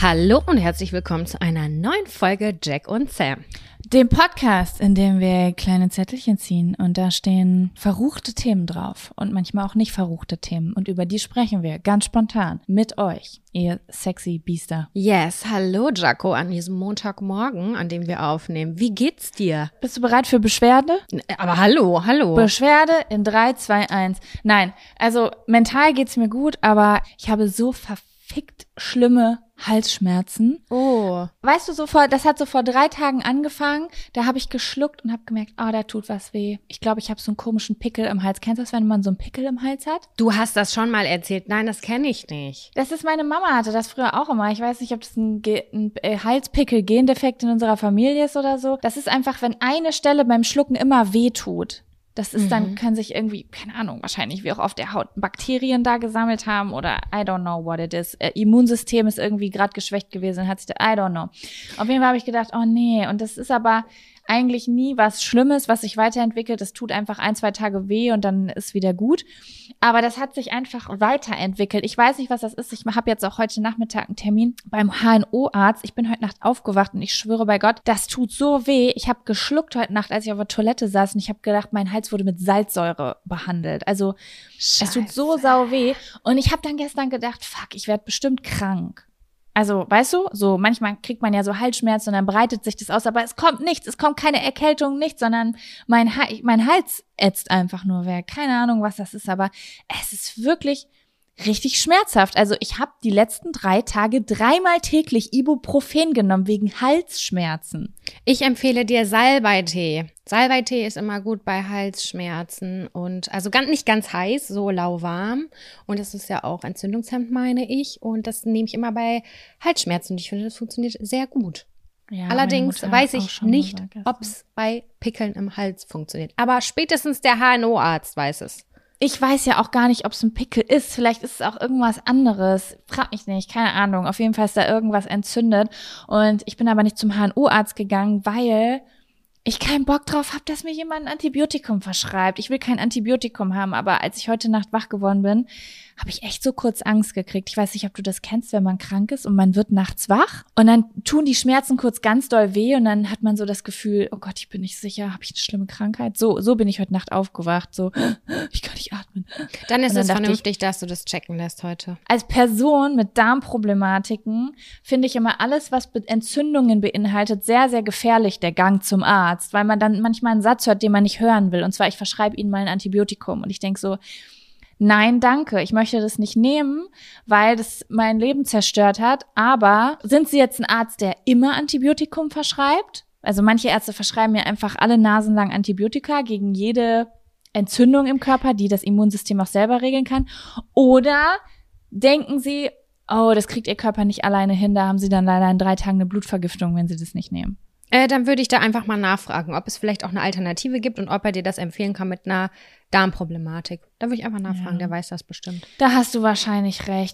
Hallo und herzlich willkommen zu einer neuen Folge Jack und Sam. Dem Podcast, in dem wir kleine Zettelchen ziehen und da stehen verruchte Themen drauf und manchmal auch nicht verruchte Themen und über die sprechen wir ganz spontan mit euch, ihr sexy Biester. Yes, hallo Jaco an diesem Montagmorgen, an dem wir aufnehmen. Wie geht's dir? Bist du bereit für Beschwerde? Aber hallo. Beschwerde in 3, 2, 1. Nein, also mental geht's mir gut, aber ich habe so verfickt schlimme Halsschmerzen. Oh. Weißt du, das hat so vor 3 Tagen angefangen, da habe ich geschluckt und habe gemerkt, da tut was weh. Ich glaube, ich habe so einen komischen Pickel im Hals. Kennst du das, wenn man so einen Pickel im Hals hat? Du hast das schon mal erzählt. Nein, das kenne ich nicht. Das ist meine Mama, hatte das früher auch immer. Ich weiß nicht, ob das ein Halspickel-Gendefekt in unserer Familie ist oder so. Das ist einfach, wenn eine Stelle beim Schlucken immer weh tut. Das ist dann, können sich irgendwie, keine Ahnung, wahrscheinlich wie auch auf der Haut Bakterien da gesammelt haben oder I don't know what it is. Immunsystem ist irgendwie gerade geschwächt gewesen, hat sich da, I don't know. Auf jeden Fall habe ich gedacht, oh nee, und das ist aber eigentlich nie was Schlimmes, was sich weiterentwickelt. Das tut einfach 1, 2 Tage weh und dann ist wieder gut. Aber das hat sich einfach weiterentwickelt. Ich weiß nicht, was das ist. Ich habe jetzt auch heute Nachmittag einen Termin beim HNO-Arzt. Ich bin heute Nacht aufgewacht und ich schwöre bei Gott, das tut so weh. Ich habe geschluckt heute Nacht, als ich auf der Toilette saß und ich habe gedacht, mein Hals wurde mit Salzsäure behandelt. Also Scheiße. Es tut so sau weh. Und ich habe dann gestern gedacht, fuck, ich werde bestimmt krank. Also, weißt du, so manchmal kriegt man ja so Halsschmerzen und dann breitet sich das aus, aber es kommt nichts, es kommt keine Erkältung, nichts, sondern mein Hals ätzt einfach nur weg. Keine Ahnung, was das ist, aber es ist wirklich richtig schmerzhaft. Also ich habe die letzten 3 Tage 3-mal täglich Ibuprofen genommen wegen Halsschmerzen. Ich empfehle dir Salbeitee. Salbeitee ist immer gut bei Halsschmerzen und also nicht ganz heiß, so lauwarm. Und das ist ja auch entzündungshemmend, meine ich. Und das nehme ich immer bei Halsschmerzen und ich finde, das funktioniert sehr gut. Ja, allerdings weiß ich nicht, ob es bei Pickeln im Hals funktioniert. Aber spätestens der HNO-Arzt weiß es. Ich weiß ja auch gar nicht, ob es ein Pickel ist. Vielleicht ist es auch irgendwas anderes. Frag mich nicht, keine Ahnung. Auf jeden Fall ist da irgendwas entzündet. Und ich bin aber nicht zum HNO-Arzt gegangen, weil ich keinen Bock drauf habe, dass mir jemand ein Antibiotikum verschreibt. Ich will kein Antibiotikum haben, aber als ich heute Nacht wach geworden bin, habe ich echt so kurz Angst gekriegt. Ich weiß nicht, ob du das kennst, wenn man krank ist und man wird nachts wach und dann tun die Schmerzen kurz ganz doll weh und dann hat man so das Gefühl, oh Gott, ich bin nicht sicher, habe ich eine schlimme Krankheit? So bin ich heute Nacht aufgewacht, so, ich kann nicht atmen. Dann ist es vernünftig, dass du das checken lässt heute. Als Person mit Darmproblematiken finde ich immer alles, was Entzündungen beinhaltet, sehr, sehr gefährlich, der Gang zum Arzt, weil man dann manchmal einen Satz hört, den man nicht hören will. Und zwar, ich verschreibe Ihnen mal ein Antibiotikum. Und ich denke so, nein, danke, ich möchte das nicht nehmen, weil das mein Leben zerstört hat. Aber sind Sie jetzt ein Arzt, der immer Antibiotikum verschreibt? Also manche Ärzte verschreiben ja einfach alle Nasen lang Antibiotika gegen jede Entzündung im Körper, die das Immunsystem auch selber regeln kann. Oder denken Sie, oh, das kriegt Ihr Körper nicht alleine hin, da haben Sie dann leider in 3 Tagen eine Blutvergiftung, wenn Sie das nicht nehmen. Dann würde ich da einfach mal nachfragen, ob es vielleicht auch eine Alternative gibt und ob er dir das empfehlen kann mit einer Darmproblematik. Da würde ich einfach nachfragen, der weiß das bestimmt. Da hast du wahrscheinlich recht,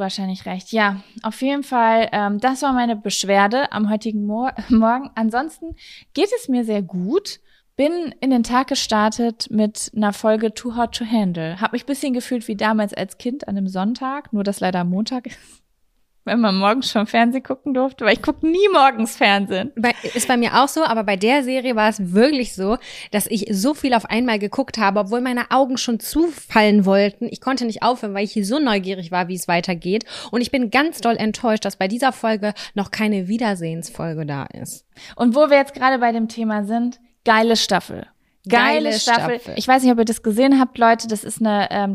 Ja, auf jeden Fall, das war meine Beschwerde am heutigen Morgen. Ansonsten geht es mir sehr gut. Bin in den Tag gestartet mit einer Folge Too Hot to Handle. Hab mich ein bisschen gefühlt wie damals als Kind an einem Sonntag, nur dass leider Montag ist. Wenn man morgens schon Fernsehen gucken durfte, weil ich gucke nie morgens Fernsehen. Ist bei mir auch so, aber bei der Serie war es wirklich so, dass ich so viel auf einmal geguckt habe, obwohl meine Augen schon zufallen wollten. Ich konnte nicht aufhören, weil ich hier so neugierig war, wie es weitergeht. Und ich bin ganz doll enttäuscht, dass bei dieser Folge noch keine Wiedersehensfolge da ist. Und wo wir jetzt gerade bei dem Thema sind, geile Staffel. Geile Staffel. Ich weiß nicht, ob ihr das gesehen habt, Leute. Das ist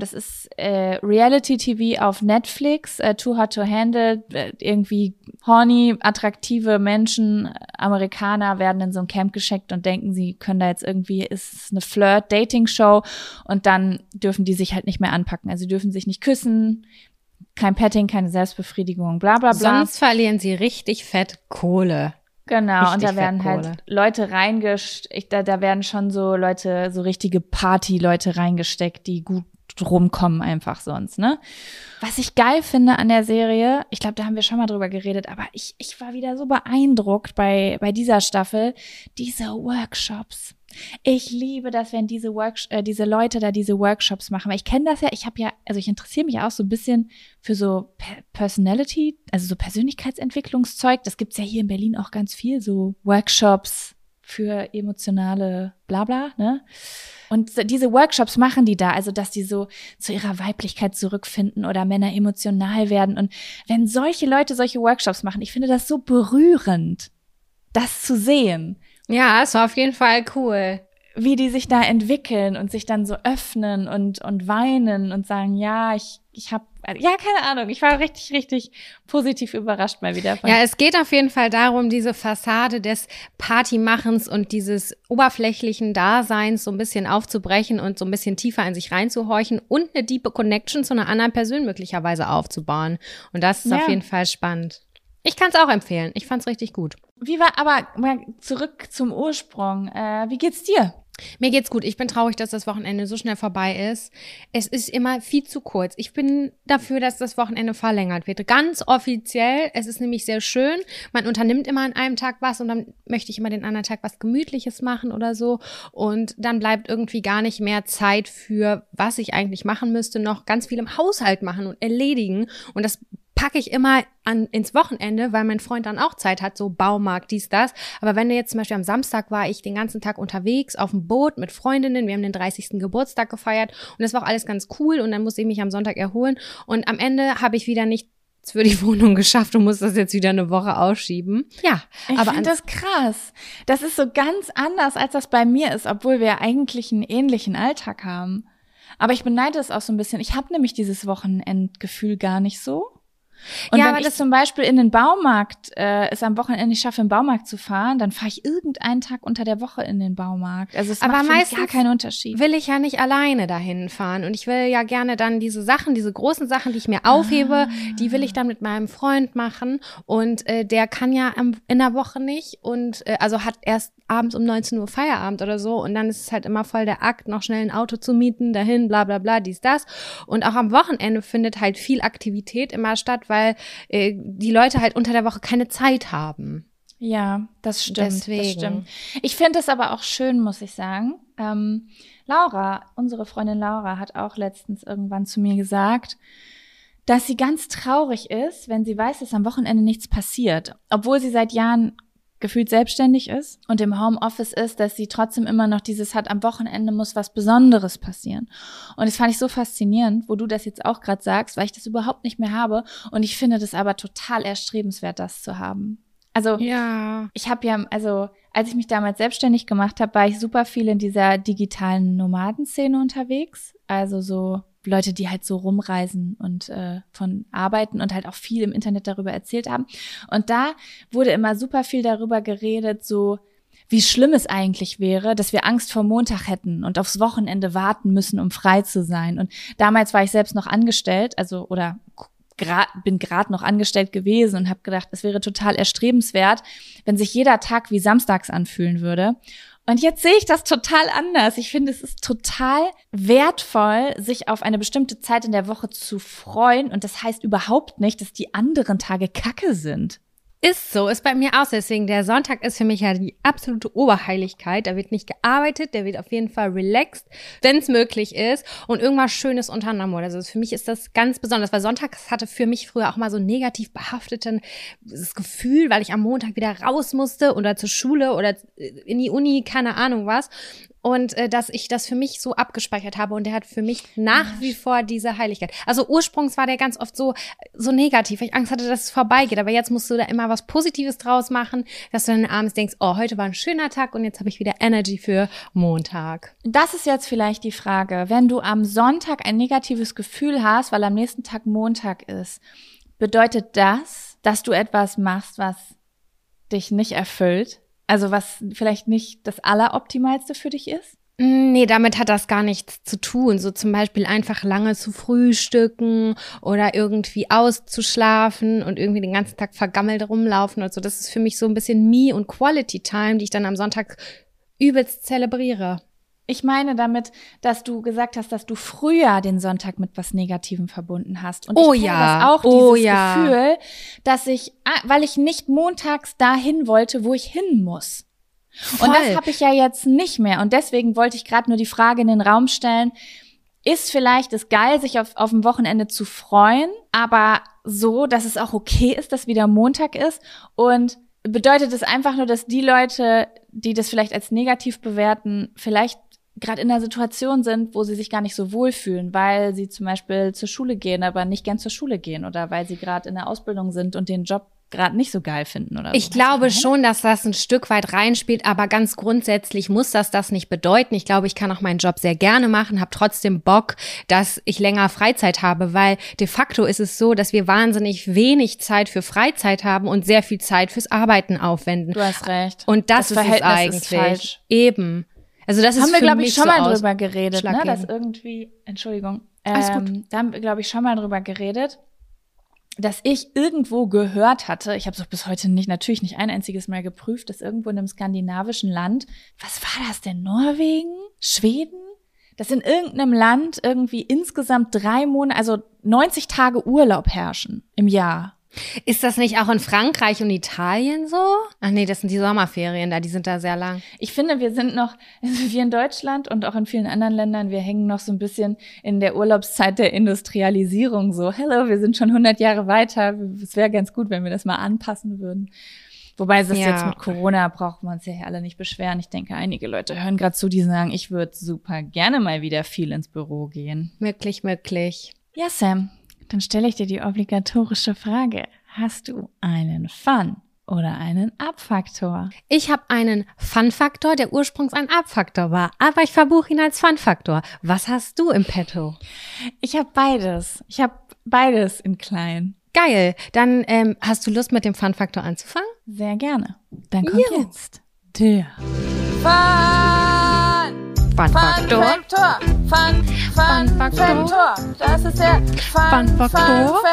Reality-TV auf Netflix. Too Hot to Handle. Irgendwie horny, attraktive Menschen, Amerikaner werden in so ein Camp geschickt und denken, sie können da jetzt irgendwie, ist es eine Flirt-Dating-Show und dann dürfen die sich halt nicht mehr anpacken. Also sie dürfen sich nicht küssen, kein Petting, keine Selbstbefriedigung, bla bla bla. Sonst verlieren sie richtig fett Kohle. Genau, richtig, und da werden halt Leute da werden schon so Leute, so richtige Party-Leute reingesteckt, die gut rumkommen einfach sonst, ne? Was ich geil finde an der Serie, ich glaube, da haben wir schon mal drüber geredet, aber ich war wieder so beeindruckt bei dieser Staffel, diese Workshops. Ich liebe das, wenn diese Leute da diese Workshops machen, weil ich kenne das ja, ich interessiere mich auch so ein bisschen für so Personality, also so Persönlichkeitsentwicklungszeug. Das gibt's ja hier in Berlin auch ganz viel, so Workshops für emotionale Blabla, ne? Und diese Workshops machen die da, also dass die so zu ihrer Weiblichkeit zurückfinden oder Männer emotional werden. Und wenn solche Leute solche Workshops machen, ich finde das so berührend, das zu sehen. Ja, ist auf jeden Fall cool. Wie die sich da entwickeln und sich dann so öffnen und weinen und sagen, ja, ich habe, ja, keine Ahnung, ich war richtig, richtig positiv überrascht mal wieder. Ja, es geht auf jeden Fall darum, diese Fassade des Partymachens und dieses oberflächlichen Daseins so ein bisschen aufzubrechen und so ein bisschen tiefer in sich reinzuhorchen und eine deepe Connection zu einer anderen Person möglicherweise aufzubauen. Und das ist auf jeden Fall spannend. Ich kann es auch empfehlen. Ich fand's richtig gut. Aber mal zurück zum Ursprung. Wie geht's dir? Mir geht's gut. Ich bin traurig, dass das Wochenende so schnell vorbei ist. Es ist immer viel zu kurz. Ich bin dafür, dass das Wochenende verlängert wird. Ganz offiziell. Es ist nämlich sehr schön. Man unternimmt immer an einem Tag was und dann möchte ich immer den anderen Tag was Gemütliches machen oder so. Und dann bleibt irgendwie gar nicht mehr Zeit für, was ich eigentlich machen müsste, noch ganz viel im Haushalt machen und erledigen. Und das packe ich immer ins Wochenende, weil mein Freund dann auch Zeit hat, so Baumarkt, dies, das. Aber wenn du jetzt zum Beispiel am Samstag war ich den ganzen Tag unterwegs auf dem Boot mit Freundinnen, wir haben den 30. Geburtstag gefeiert und das war auch alles ganz cool und dann musste ich mich am Sonntag erholen und am Ende habe ich wieder nichts für die Wohnung geschafft und muss das jetzt wieder eine Woche ausschieben. Ja, ich finde das krass. Das ist so ganz anders, als das bei mir ist, obwohl wir eigentlich einen ähnlichen Alltag haben. Aber ich beneide es auch so ein bisschen. Ich habe nämlich dieses Wochenendgefühl gar nicht so. Und ja, wenn ich zum Beispiel in den Baumarkt es am Wochenende nicht schaffe, in den Baumarkt zu fahren, dann fahre ich irgendeinen Tag unter der Woche in den Baumarkt. Also es macht für mich gar keinen Unterschied. Will ich ja nicht alleine dahin fahren und ich will ja gerne dann diese großen Sachen, die ich mir aufhebe, die will ich dann mit meinem Freund machen und der kann ja in der Woche nicht und also hat erst abends um 19 Uhr Feierabend oder so und dann ist es halt immer voll der Akt, noch schnell ein Auto zu mieten, dahin, bla bla bla, dies, das. Und auch am Wochenende findet halt viel Aktivität immer statt, weil die Leute halt unter der Woche keine Zeit haben. Ja, das stimmt. Deswegen. Das stimmt. Ich finde es aber auch schön, muss ich sagen. Laura, unsere Freundin Laura, hat auch letztens irgendwann zu mir gesagt, dass sie ganz traurig ist, wenn sie weiß, dass am Wochenende nichts passiert. Obwohl sie seit Jahren gefühlt selbstständig ist und im Homeoffice ist, dass sie trotzdem immer noch dieses hat, am Wochenende muss was Besonderes passieren. Und das fand ich so faszinierend, wo du das jetzt auch gerade sagst, weil ich das überhaupt nicht mehr habe. Und ich finde das aber total erstrebenswert, das zu haben. Also ja. Ich habe ja, also als ich mich damals selbstständig gemacht habe, war ich super viel in dieser digitalen Nomadenszene unterwegs. Also so Leute, die halt so rumreisen und von arbeiten und halt auch viel im Internet darüber erzählt haben. Und da wurde immer super viel darüber geredet, so wie schlimm es eigentlich wäre, dass wir Angst vor Montag hätten und aufs Wochenende warten müssen, um frei zu sein. Und damals war ich selbst noch angestellt, bin gerade noch angestellt gewesen und habe gedacht, es wäre total erstrebenswert, wenn sich jeder Tag wie samstags anfühlen würde. Und jetzt sehe ich das total anders. Ich finde, es ist total wertvoll, sich auf eine bestimmte Zeit in der Woche zu freuen. Und das heißt überhaupt nicht, dass die anderen Tage Kacke sind. Ist so, ist bei mir auch. Deswegen, der Sonntag ist für mich ja die absolute Oberheiligkeit. Da wird nicht gearbeitet, der wird auf jeden Fall relaxed, wenn es möglich ist und irgendwas Schönes unternommen. Also für mich ist das ganz besonders, weil Sonntags hatte für mich früher auch mal so ein negativ behaftetes Gefühl, weil ich am Montag wieder raus musste oder zur Schule oder in die Uni, keine Ahnung was. Und dass ich das für mich so abgespeichert habe und der hat für mich nach wie vor diese Heiligkeit. Also ursprünglich war der ganz oft so negativ, weil ich Angst hatte, dass es vorbeigeht. Aber jetzt musst du da immer was Positives draus machen, dass du dann abends denkst, oh, heute war ein schöner Tag und jetzt habe ich wieder Energy für Montag. Das ist jetzt vielleicht die Frage. Wenn du am Sonntag ein negatives Gefühl hast, weil am nächsten Tag Montag ist, bedeutet das, dass du etwas machst, was dich nicht erfüllt? Also was vielleicht nicht das Alleroptimalste für dich ist? Nee, damit hat das gar nichts zu tun. So zum Beispiel einfach lange zu frühstücken oder irgendwie auszuschlafen und irgendwie den ganzen Tag vergammelt rumlaufen und so. Das ist für mich so ein bisschen Me- und Quality-Time, die ich dann am Sonntag übelst zelebriere. Ich meine damit, dass du gesagt hast, dass du früher den Sonntag mit was Negativem verbunden hast. Und ich kenne das auch, dieses Gefühl, dass weil ich nicht montags dahin wollte, wo ich hin muss. Voll. Und das habe ich ja jetzt nicht mehr. Und deswegen wollte ich gerade nur die Frage in den Raum stellen, ist vielleicht es geil, sich auf ein Wochenende zu freuen, aber so, dass es auch okay ist, dass wieder Montag ist? Und bedeutet es einfach nur, dass die Leute, die das vielleicht als negativ bewerten, vielleicht gerade in einer Situation sind, wo sie sich gar nicht so wohlfühlen, weil sie zum Beispiel zur Schule gehen, aber nicht gern zur Schule gehen oder weil sie gerade in der Ausbildung sind und den Job gerade nicht so geil finden oder so. Ich glaube schon, dass das ein Stück weit reinspielt, aber ganz grundsätzlich muss das nicht bedeuten. Ich glaube, ich kann auch meinen Job sehr gerne machen, habe trotzdem Bock, dass ich länger Freizeit habe, weil de facto ist es so, dass wir wahnsinnig wenig Zeit für Freizeit haben und sehr viel Zeit fürs Arbeiten aufwenden. Du hast recht. Und das ist es eigentlich. Ist falsch. Eben. Also das ist haben wir, für glaube mich ich, schon so mal drüber geredet, ne? Dass ausschlaggebend. irgendwie, Entschuldigung, Alles gut. da haben wir, glaube ich, schon mal drüber geredet, dass ich irgendwo gehört hatte, ich habe es auch bis heute natürlich nicht ein einziges Mal geprüft, dass irgendwo in einem skandinavischen Land, was war das denn, Norwegen, Schweden? Dass in irgendeinem Land irgendwie insgesamt 3 Monate, also 90 Tage Urlaub herrschen im Jahr. Ist das nicht auch in Frankreich und Italien so? Ach nee, das sind die Sommerferien da, die sind da sehr lang. Ich finde, wir sind noch, also wir in Deutschland und auch in vielen anderen Ländern, wir hängen noch so ein bisschen in der Urlaubszeit der Industrialisierung so. Hello, wir sind schon 100 Jahre weiter. Es wäre ganz gut, wenn wir das mal anpassen würden. Wobei das jetzt mit Corona braucht man uns ja alle nicht beschweren. Ich denke, einige Leute hören gerade zu, die sagen, ich würde super gerne mal wieder viel ins Büro gehen. Möglich. Ja, Sam, dann stelle ich dir die obligatorische Frage. Hast du einen Fun- oder einen Up-Faktor? Ich habe einen Fun-Faktor, der ursprünglich ein Up-Faktor war, aber ich verbuche ihn als Fun-Faktor. Was hast du im Petto? Ich habe beides. Ich habe beides in klein. Geil. Dann hast du Lust, mit dem Fun-Faktor anzufangen? Sehr gerne. Dann kommt Jo. jetzt der Fun-Faktor. Fun-Faktor. Das ist der Fun-Faktor.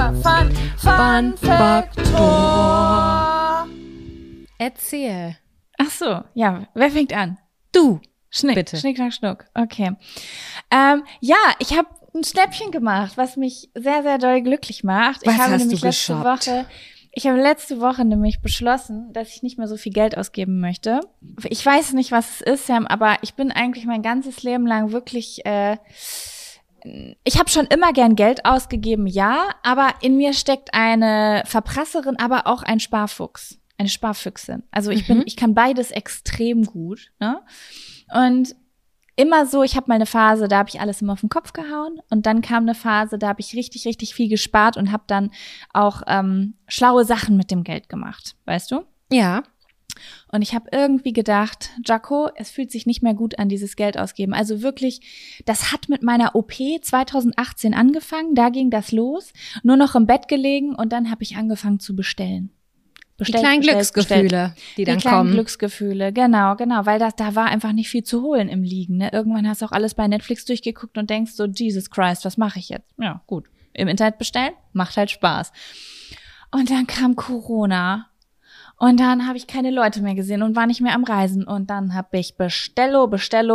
Fun-Faktor. Erzähl. Ach so, ja. Wer fängt an? Du. Bitte. Bitte. Schnick, schnack, schnuck. Okay. Ja, ich habe ein Schnäppchen gemacht, was mich sehr, sehr doll glücklich macht. Was ich habe hast nämlich du geshoppt? Ich habe letzte Woche nämlich beschlossen, dass ich nicht mehr so viel Geld ausgeben möchte. Ich weiß nicht, was es ist, Sam, aber ich bin eigentlich mein ganzes Leben lang wirklich, ich habe schon immer gern Geld ausgegeben, ja, aber in mir steckt eine Verprasserin, aber auch ein Sparfuchs, eine Sparfüchsin. Also ich kann beides extrem gut, ne? Und immer so, ich habe mal eine Phase, da habe ich alles immer auf den Kopf gehauen und dann kam eine Phase, da habe ich richtig, richtig viel gespart und habe dann auch schlaue Sachen mit dem Geld gemacht, weißt du? Ja. Und ich habe irgendwie gedacht, Jaco, es fühlt sich nicht mehr gut an, dieses Geld ausgeben. Also wirklich, das hat mit meiner OP 2018 angefangen, da ging das los, nur noch im Bett gelegen und dann habe ich angefangen zu bestellen. Die kleinen Glücksgefühle, die dann kleinen kommen. Glücksgefühle, genau, weil da war einfach nicht viel zu holen im Liegen. Ne? Irgendwann hast du auch alles bei Netflix durchgeguckt und denkst so, Jesus Christ, was mache ich jetzt? Ja, gut. Im Internet bestellen, macht halt Spaß. Und dann kam Corona und dann habe ich keine Leute mehr gesehen und war nicht mehr am Reisen. Und dann habe ich Bestello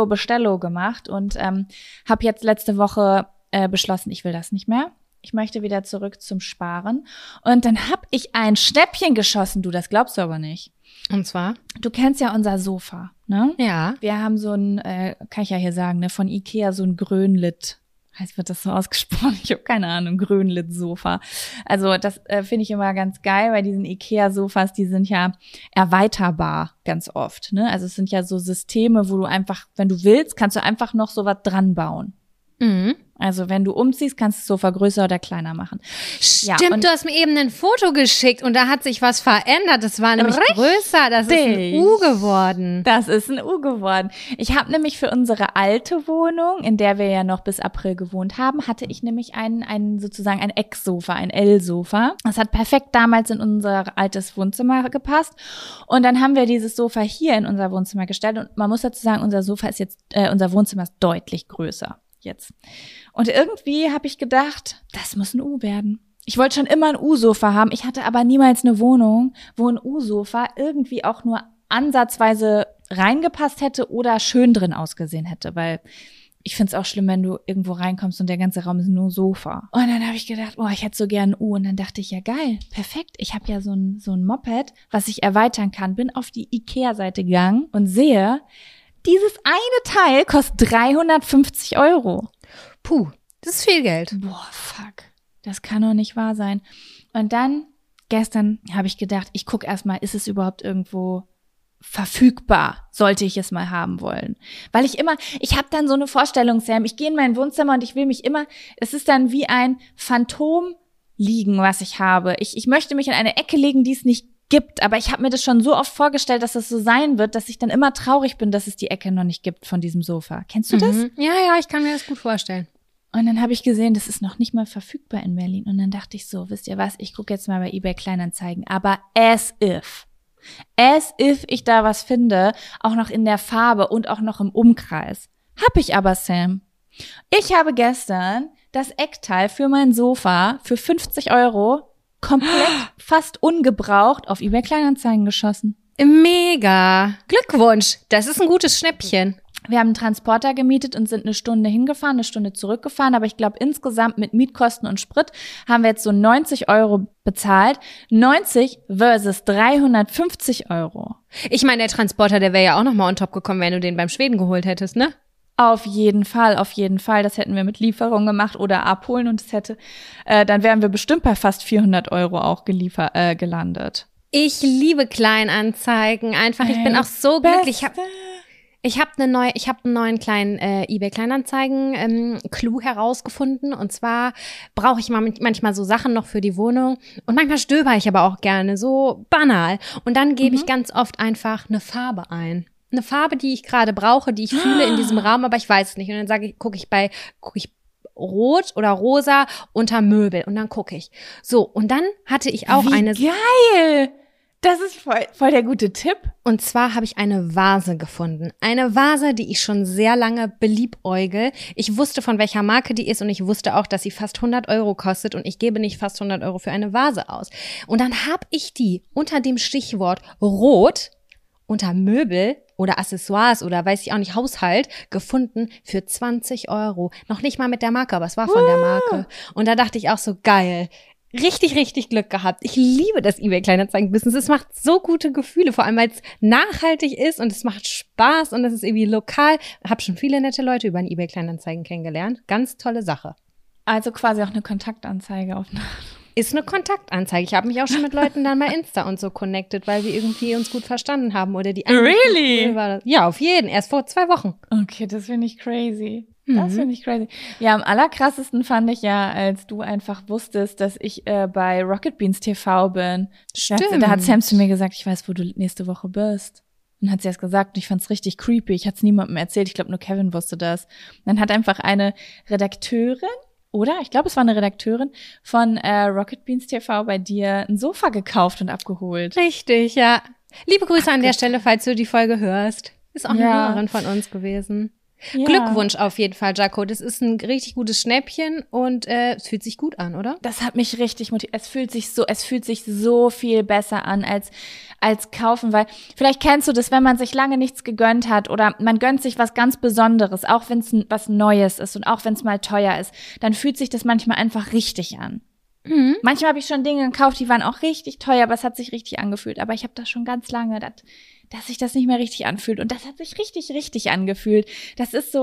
gemacht und habe jetzt letzte Woche beschlossen, ich will das nicht mehr. Ich möchte wieder zurück zum Sparen. Und dann habe ich ein Schnäppchen geschossen. Du, das glaubst du aber nicht. Und zwar? Du kennst ja unser Sofa, ne? Ja. Wir haben so ein, kann ich ja hier sagen, ne, von Ikea so ein Grönlit. Heißt, wird das so ausgesprochen? Ich habe keine Ahnung, Grönlit-Sofa. Also das finde ich immer ganz geil, weil diesen Ikea-Sofas, die sind ja erweiterbar ganz oft, ne? Also es sind ja so Systeme, wo du einfach, wenn du willst, kannst du einfach noch so was dran bauen. Mhm. Also wenn du umziehst, kannst du das Sofa größer oder kleiner machen. Stimmt, Ja, und du hast mir eben ein Foto geschickt und da hat sich was verändert. Das war nämlich Richtig. größer, das ist ein U geworden. das ist ein U geworden. Ich habe nämlich für unsere alte Wohnung, in der wir ja noch bis April gewohnt haben, hatte ich nämlich sozusagen ein Ecksofa, ein L-Sofa. Das hat perfekt damals in unser altes Wohnzimmer gepasst. Und dann haben wir dieses Sofa hier in unser Wohnzimmer gestellt. Und man muss dazu sagen, unser Wohnzimmer ist deutlich größer jetzt. Und irgendwie habe ich gedacht, das muss ein U werden. Ich wollte schon immer ein U-Sofa haben. Ich hatte aber niemals eine Wohnung, wo ein U-Sofa irgendwie auch nur ansatzweise reingepasst hätte oder schön drin ausgesehen hätte, weil ich find's auch schlimm, wenn du irgendwo reinkommst und der ganze Raum ist nur Sofa. Und dann habe ich gedacht, ich hätte so gern und dann dachte ich, ja geil, perfekt. Ich habe ja so ein Moped, was ich erweitern kann. Bin auf die Ikea-Seite gegangen und sehe, dieses eine Teil kostet 350 €. Puh, das ist viel Geld. Boah, fuck. Das kann doch nicht wahr sein. Und dann, gestern habe ich gedacht, ich gucke erstmal, ist es überhaupt irgendwo verfügbar, sollte ich es mal haben wollen. Weil ich habe dann so eine Vorstellung, Sam, ich gehe in mein Wohnzimmer und ich will mich immer, es ist dann wie ein Phantom liegen, was ich habe. Ich möchte mich in eine Ecke legen, die es nicht gibt, aber ich habe mir das schon so oft vorgestellt, dass das so sein wird, dass ich dann immer traurig bin, dass es die Ecke noch nicht gibt von diesem Sofa. Kennst du das? Ja, ich kann mir das gut vorstellen. Und dann habe ich gesehen, das ist noch nicht mal verfügbar in Berlin. Und dann dachte ich so, wisst ihr was, ich gucke jetzt mal bei eBay Kleinanzeigen. Aber as if ich da was finde, auch noch in der Farbe und auch noch im Umkreis. Hab ich aber, Sam. Ich habe gestern das Eckteil für mein Sofa für 50 € komplett fast ungebraucht auf eBay Kleinanzeigen geschossen. Mega. Glückwunsch. Das ist ein gutes Schnäppchen. Wir haben einen Transporter gemietet und sind 1 Stunde hingefahren, 1 Stunde zurückgefahren. Aber ich glaube, insgesamt mit Mietkosten und Sprit haben wir jetzt so 90 € bezahlt. 90 versus 350 €. Ich meine, der Transporter, der wäre ja auch nochmal on top gekommen, wenn du den beim Schweden geholt hättest, ne? Auf jeden Fall. Das hätten wir mit Lieferung gemacht oder abholen und dann wären wir bestimmt bei fast 400 € auch gelandet. Ich liebe Kleinanzeigen einfach. Ich bin auch so glücklich. Ich habe einen neuen kleinen eBay Kleinanzeigen Clou herausgefunden. Und zwar brauche ich manchmal so Sachen noch für die Wohnung. Und manchmal stöber ich aber auch gerne, so banal. Und dann gebe ich ganz oft einfach eine Farbe ein. Eine Farbe, die ich gerade brauche, die ich fühle in diesem Raum, aber ich weiß es nicht. Und dann gucke ich rot oder rosa unter Möbel. Und dann gucke ich. So, und dann hatte ich auch Geil! Das ist voll der gute Tipp. Und zwar habe ich eine Vase gefunden. Eine Vase, die ich schon sehr lange beliebäugel. Ich wusste, von welcher Marke die ist und ich wusste auch, dass sie fast 100 € kostet und ich gebe nicht fast 100 € für eine Vase aus. Und dann habe ich die unter dem Stichwort Rot, unter Möbel oder Accessoires oder weiß ich auch nicht, Haushalt gefunden für 20 €. Noch nicht mal mit der Marke, aber es war von der Marke. Und da dachte ich auch so, geil. Richtig, richtig Glück gehabt. Ich liebe das eBay Kleinanzeigen-Business. Es macht so gute Gefühle, vor allem weil es nachhaltig ist und es macht Spaß und es ist irgendwie lokal. Hab schon viele nette Leute über ein eBay Kleinanzeigen kennengelernt. Ganz tolle Sache. Also quasi auch eine Kontaktanzeige auf Ist eine Kontaktanzeige. Ich habe mich auch schon mit Leuten dann bei Insta und so connected, weil wir irgendwie uns gut verstanden haben oder die Really? Cool war. Ja, auf jeden. Erst vor 2 Wochen. Okay, das finde ich crazy. Das finde ich crazy. Ja, am allerkrassesten fand ich ja, als du einfach wusstest, dass ich bei Rocket Beans TV bin. Stimmt. Da hat Sam zu mir gesagt, ich weiß, wo du nächste Woche bist. Und hat sie erst gesagt und ich fand's richtig creepy. Ich hatte es niemandem erzählt. Ich glaube, nur Kevin wusste das. Und dann hat einfach eine Redakteurin, oder? Ich glaube, es war eine Redakteurin von Rocket Beans TV bei dir ein Sofa gekauft und abgeholt. Richtig, ja. Liebe Grüße an der Stelle, falls du die Folge hörst. Ist auch eine Hörerin von uns gewesen. Ja. Glückwunsch auf jeden Fall, Jaco. Das ist ein richtig gutes Schnäppchen und es fühlt sich gut an, oder? Das hat mich richtig motiviert. Es fühlt sich so viel besser an als kaufen, weil vielleicht kennst du das, wenn man sich lange nichts gegönnt hat oder man gönnt sich was ganz Besonderes, auch wenn es was Neues ist und auch wenn es mal teuer ist, dann fühlt sich das manchmal einfach richtig an. Mhm. Manchmal habe ich schon Dinge gekauft, die waren auch richtig teuer, aber es hat sich richtig angefühlt. Aber ich habe das schon ganz lange, dass sich das nicht mehr richtig anfühlt. Und das hat sich richtig, richtig angefühlt. Das ist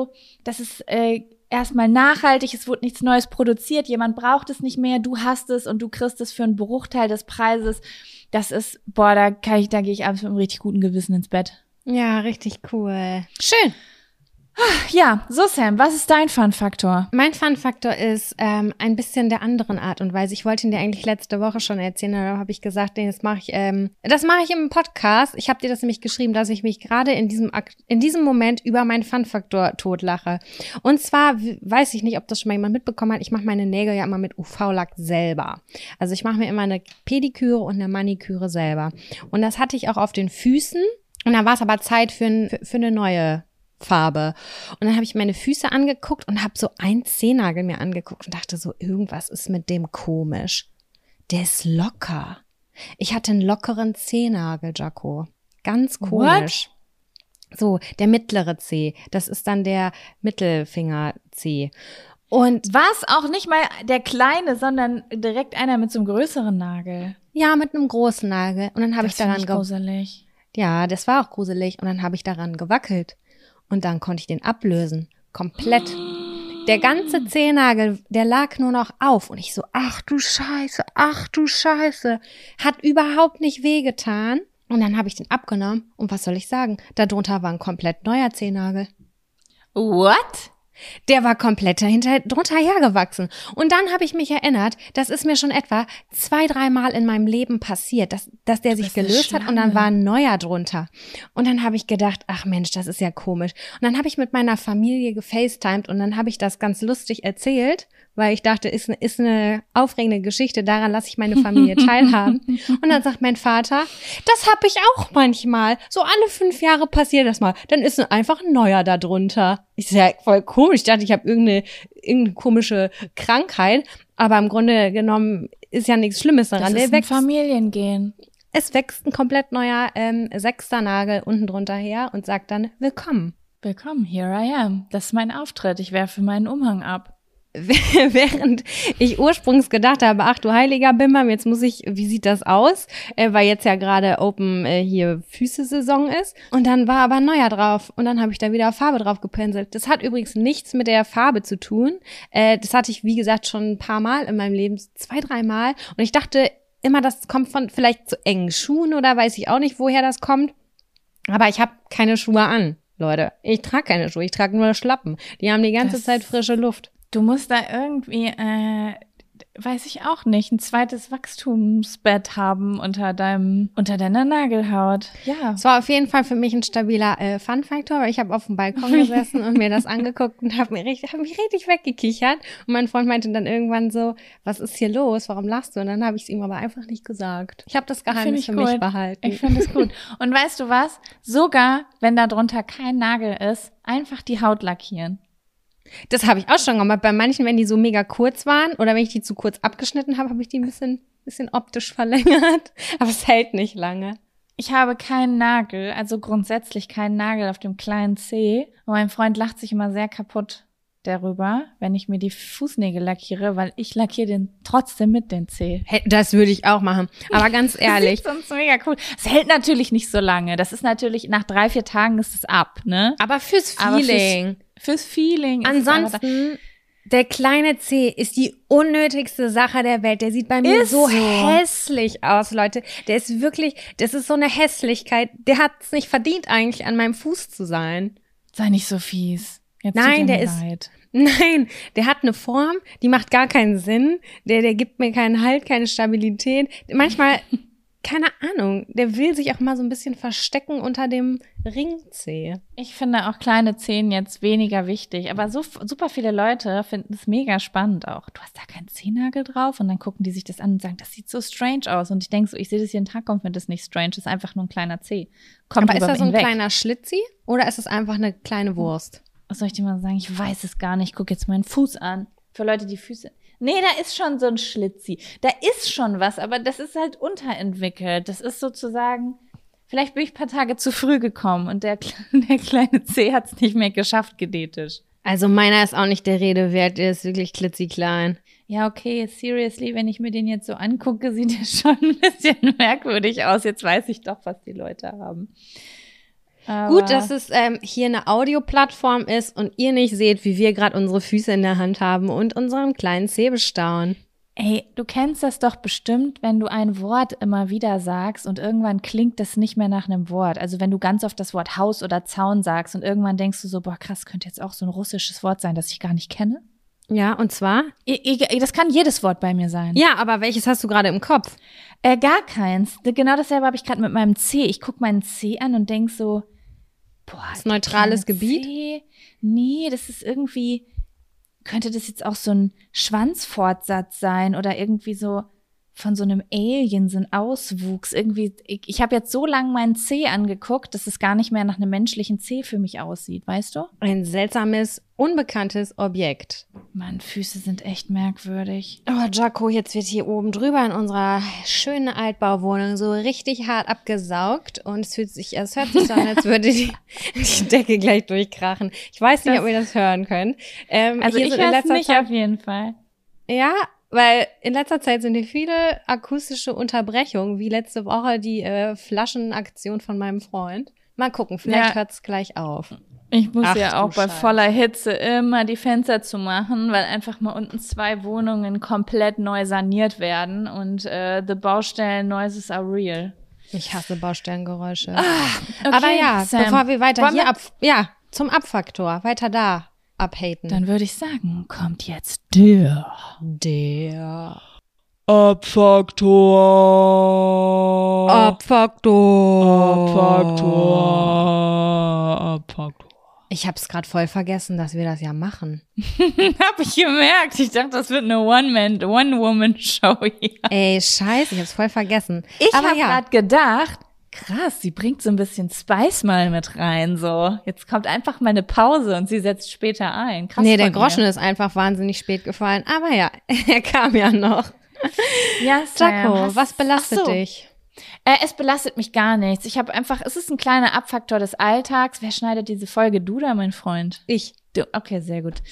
erstmal nachhaltig, es wurde nichts Neues produziert, jemand braucht es nicht mehr, du hast es und du kriegst es für einen Bruchteil des Preises. Das ist, da gehe ich abends mit einem richtig guten Gewissen ins Bett. Ja, richtig cool. Schön. Ja, so Sam, was ist dein Fun-Faktor? Mein Fun-Faktor ist ein bisschen der anderen Art und Weise. Ich wollte ihn dir eigentlich letzte Woche schon erzählen, aber habe ich gesagt, das mache ich im Podcast. Ich habe dir das nämlich geschrieben, dass ich mich gerade in diesem Moment über meinen Fun-Faktor totlache. Und zwar, weiß ich nicht, ob das schon mal jemand mitbekommen hat, ich mache meine Nägel ja immer mit UV-Lack selber. Also ich mache mir immer eine Pediküre und eine Maniküre selber. Und das hatte ich auch auf den Füßen und da war es aber Zeit für eine neue Farbe. Und dann habe ich meine Füße angeguckt und habe so einen Zehennagel mir angeguckt und dachte so, irgendwas ist mit dem komisch. Der ist locker. Ich hatte einen lockeren Zehennagel, Jaco. Ganz komisch. So, der mittlere Zeh, das ist dann der Mittelfinger-Zeh. Und was auch nicht mal der kleine, sondern direkt einer mit so einem größeren Nagel. Ja, mit einem großen Nagel. Und dann habe ich daran gruselig. Ja, das war auch gruselig. Und dann habe ich daran gewackelt. Und dann konnte ich den ablösen. Komplett. Der ganze Zehennagel, der lag nur noch auf. Und ich so, ach du Scheiße. Hat überhaupt nicht wehgetan. Und dann habe ich den abgenommen. Und was soll ich sagen? Darunter war ein komplett neuer Zehennagel. What? Der war komplett drunter hergewachsen. Und dann habe ich mich erinnert, das ist mir schon etwa 2-3 Mal in meinem Leben passiert, dass der sich gelöst hat und dann war ein neuer drunter. Und dann habe ich gedacht, ach Mensch, das ist ja komisch. Und dann habe ich mit meiner Familie gefacetimed und dann habe ich das ganz lustig erzählt, weil ich dachte, ist eine aufregende Geschichte, daran lasse ich meine Familie teilhaben. Und dann sagt mein Vater, das habe ich auch manchmal. So alle 5 Jahre passiert das mal. Dann ist einfach ein neuer da drunter. Ich sag, voll komisch. Ich dachte, ich habe irgendeine komische Krankheit. Aber im Grunde genommen ist ja nichts Schlimmes daran. Das ist ein Familiengen. Es wächst ein komplett neuer 6. Nagel unten drunter her und sagt dann, willkommen. Willkommen, here I am. Das ist mein Auftritt. Ich werfe meinen Umhang ab. Während ich ursprünglich gedacht habe, ach du heiliger Bimbam, jetzt muss ich, wie sieht das aus? Weil jetzt ja gerade Open hier Füße-Saison ist. Und dann war aber ein neuer drauf. Und dann habe ich da wieder Farbe drauf gepinselt. Das hat übrigens nichts mit der Farbe zu tun. Das hatte ich, wie gesagt, schon ein paar Mal in meinem Leben, 2-3 Mal. Und ich dachte immer, das kommt von vielleicht zu engen Schuhen oder weiß ich auch nicht, woher das kommt. Aber ich habe keine Schuhe an, Leute. Ich trage keine Schuhe, ich trage nur Schlappen. Die haben die ganze Zeit frische Luft. Du musst da irgendwie, weiß ich auch nicht, ein zweites Wachstumsbett haben unter deiner Nagelhaut. Ja. Es war auf jeden Fall für mich ein stabiler Fun-Faktor, weil ich habe auf dem Balkon gesessen und mir das angeguckt und hab mich richtig weggekichert. Und mein Freund meinte dann irgendwann so, was ist hier los? Warum lachst du? Und dann habe ich es ihm aber einfach nicht gesagt. Ich habe das Geheimnis für mich behalten. Ich finde es gut. Und weißt du was? Sogar, wenn da drunter kein Nagel ist, einfach die Haut lackieren. Das habe ich auch schon gemacht. Bei manchen, wenn die so mega kurz waren oder wenn ich die zu kurz abgeschnitten habe, habe ich die ein bisschen optisch verlängert. Aber es hält nicht lange. Ich habe keinen Nagel, also grundsätzlich keinen Nagel auf dem kleinen Zeh. Und mein Freund lacht sich immer sehr kaputt darüber, wenn ich mir die Fußnägel lackiere, weil ich lackiere den trotzdem mit den Zeh. Hey, das würde ich auch machen. Aber ganz ehrlich. Das ist sonst mega cool. Es hält natürlich nicht so lange. Das ist natürlich, nach 3-4 Tagen ist es ab, ne? Aber fürs Feeling. Fürs Feeling. Ansonsten, der kleine Zeh ist die unnötigste Sache der Welt. Der sieht bei mir so hässlich aus, Leute. Der ist wirklich, das ist so eine Hässlichkeit. Der hat es nicht verdient, eigentlich an meinem Fuß zu sein. Sei nicht so fies. Jetzt Nein, der hat eine Form, die macht gar keinen Sinn. Der gibt mir keinen Halt, keine Stabilität. Manchmal, keine Ahnung, der will sich auch mal so ein bisschen verstecken unter dem Ringzeh. Ich finde auch kleine Zehen jetzt weniger wichtig, aber so super viele Leute finden es mega spannend auch. Du hast da keinen Zehennagel drauf und dann gucken die sich das an und sagen, das sieht so strange aus. Und ich denke so, ich sehe das jeden Tag und finde das nicht strange, das ist einfach nur ein kleiner Zeh. Aber ist das so ein kleiner Schlitzi oder ist es einfach eine kleine Wurst? Was soll ich dir mal sagen? Ich weiß es gar nicht. Ich gucke jetzt meinen Fuß an. Für Leute, die Füße... Nee, da ist schon so ein Schlitzi. Da ist schon was, aber das ist halt unterentwickelt. Das ist sozusagen... Vielleicht bin ich ein paar Tage zu früh gekommen und der kleine Zeh hat es nicht mehr geschafft, genetisch. Also meiner ist auch nicht der Rede wert. Der ist wirklich klitzeklein. Ja, okay, seriously, wenn ich mir den jetzt so angucke, sieht er schon ein bisschen merkwürdig aus. Jetzt weiß ich doch, was die Leute haben. Aber gut, dass es hier eine Audioplattform ist und ihr nicht seht, wie wir gerade unsere Füße in der Hand haben und unseren kleinen Zeh bestaunen. Ey, du kennst das doch bestimmt, wenn du ein Wort immer wieder sagst und irgendwann klingt das nicht mehr nach einem Wort. Also wenn du ganz oft das Wort Haus oder Zaun sagst und irgendwann denkst du so, boah krass, könnte jetzt auch so ein russisches Wort sein, das ich gar nicht kenne. Ja, und zwar? Das kann jedes Wort bei mir sein. Ja, aber welches hast du gerade im Kopf? Gar keins. Genau dasselbe habe ich gerade mit meinem Zeh. Ich gucke meinen Zeh an und denk so, boah, das ist ein neutrales Gebiet? Nee, das ist irgendwie, könnte das jetzt auch so ein Schwanzfortsatz sein oder irgendwie so von so einem Alien, so ein Auswuchs. Irgendwie, ich habe jetzt so lange meinen Zeh angeguckt, dass es gar nicht mehr nach einem menschlichen Zeh für mich aussieht, weißt du? Ein seltsames, unbekanntes Objekt. Mann, Füße sind echt merkwürdig. Oh, Jaco, jetzt wird hier oben drüber in unserer schönen Altbauwohnung so richtig hart abgesaugt und es hört sich so an, als würde die Decke gleich durchkrachen. Ich weiß nicht, ob ihr das hören könnt. Also ich höre es nicht auf jeden Fall. Ja, weil in letzter Zeit sind hier viele akustische Unterbrechungen, wie letzte Woche die Flaschenaktion von meinem Freund. Mal gucken, vielleicht hört es gleich auf. Ich muss ja auch bei voller Hitze immer die Fenster zumachen, weil einfach mal unten 2 Wohnungen komplett neu saniert werden und the Baustellen noises are real. Ich hasse Baustellengeräusche. Okay, aber ja, Sam, bevor wir weiter zum Abfaktor, weiter da abhaten. Dann würde ich sagen, kommt jetzt der Abfaktor. Ich hab's gerade voll vergessen, dass wir das ja machen. Hab ich gemerkt. Ich dachte, das wird eine One-Woman-Show hier. Ey, scheiße, ich hab's voll vergessen. Ich habe gerade gedacht, krass, sie bringt so ein bisschen Spice mal mit rein, so. Jetzt kommt einfach mal eine Pause und sie setzt später ein. Krass. Nee, der Groschen ist einfach wahnsinnig spät gefallen. Aber ja, er kam ja noch. Ja, Jaco, was belastet dich? Es belastet mich gar nichts. Es ist ein kleiner Abfaktor des Alltags. Wer schneidet diese Folge? Du oder mein Freund? Ich. Du, okay, sehr gut.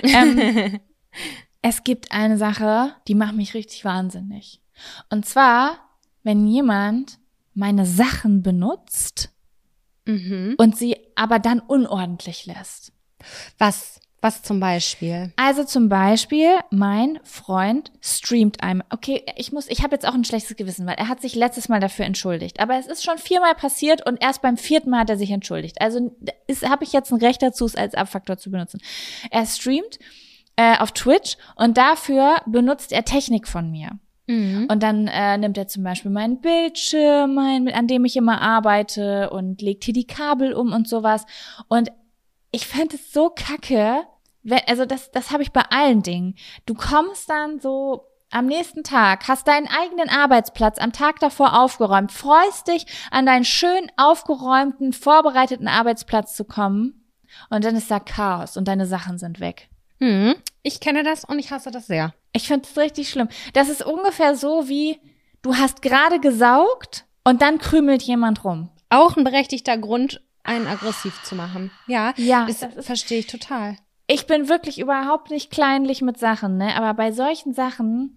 Es gibt eine Sache, die macht mich richtig wahnsinnig. Und zwar, wenn jemand meine Sachen benutzt und sie aber dann unordentlich lässt. Was zum Beispiel? Also zum Beispiel, mein Freund streamt einem. Okay, ich habe jetzt auch ein schlechtes Gewissen, weil er hat sich letztes Mal dafür entschuldigt. Aber es ist schon 4-mal passiert und erst beim 4. Mal hat er sich entschuldigt. Also habe ich jetzt ein Recht dazu, es als Abfaktor zu benutzen. Er streamt auf Twitch und dafür benutzt er Technik von mir. Und dann nimmt er zum Beispiel meinen Bildschirm, an dem ich immer arbeite und legt hier die Kabel um und sowas. Und ich fände es so kacke, das habe ich bei allen Dingen. Du kommst dann so am nächsten Tag, hast deinen eigenen Arbeitsplatz am Tag davor aufgeräumt, freust dich, an deinen schön aufgeräumten, vorbereiteten Arbeitsplatz zu kommen und dann ist da Chaos und deine Sachen sind weg. Ich kenne das und ich hasse das sehr. Ich finde es richtig schlimm. Das ist ungefähr so wie, du hast gerade gesaugt und dann krümelt jemand rum. Auch ein berechtigter Grund, einen aggressiv zu machen. Ja, das verstehe ich total. Ich bin wirklich überhaupt nicht kleinlich mit Sachen, ne? Aber bei solchen Sachen,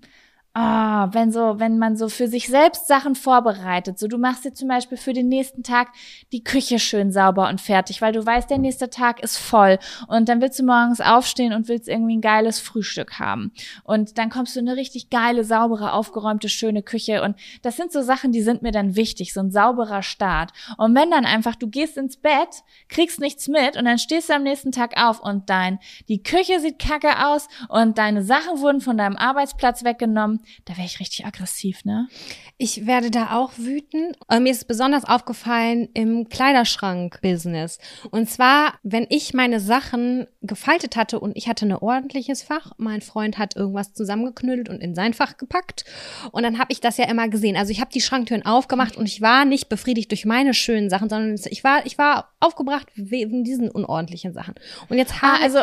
wenn man so für sich selbst Sachen vorbereitet, so du machst dir zum Beispiel für den nächsten Tag die Küche schön sauber und fertig, weil du weißt, der nächste Tag ist voll und dann willst du morgens aufstehen und willst irgendwie ein geiles Frühstück haben und dann kommst du in eine richtig geile, saubere, aufgeräumte, schöne Küche und das sind so Sachen, die sind mir dann wichtig, so ein sauberer Start. Und wenn dann einfach, du gehst ins Bett, kriegst nichts mit und dann stehst du am nächsten Tag auf und die Küche sieht kacke aus und deine Sachen wurden von deinem Arbeitsplatz weggenommen, da wäre ich richtig aggressiv, ne? Ich werde da auch wütend. Mir ist besonders aufgefallen im Kleiderschrank-Business. Und zwar, wenn ich meine Sachen gefaltet hatte und ich hatte ein ordentliches Fach, mein Freund hat irgendwas zusammengeknüllt und in sein Fach gepackt. Und dann habe ich das ja immer gesehen. Also ich habe die Schranktüren aufgemacht und ich war nicht befriedigt durch meine schönen Sachen, sondern ich war aufgebracht wegen diesen unordentlichen Sachen. Und jetzt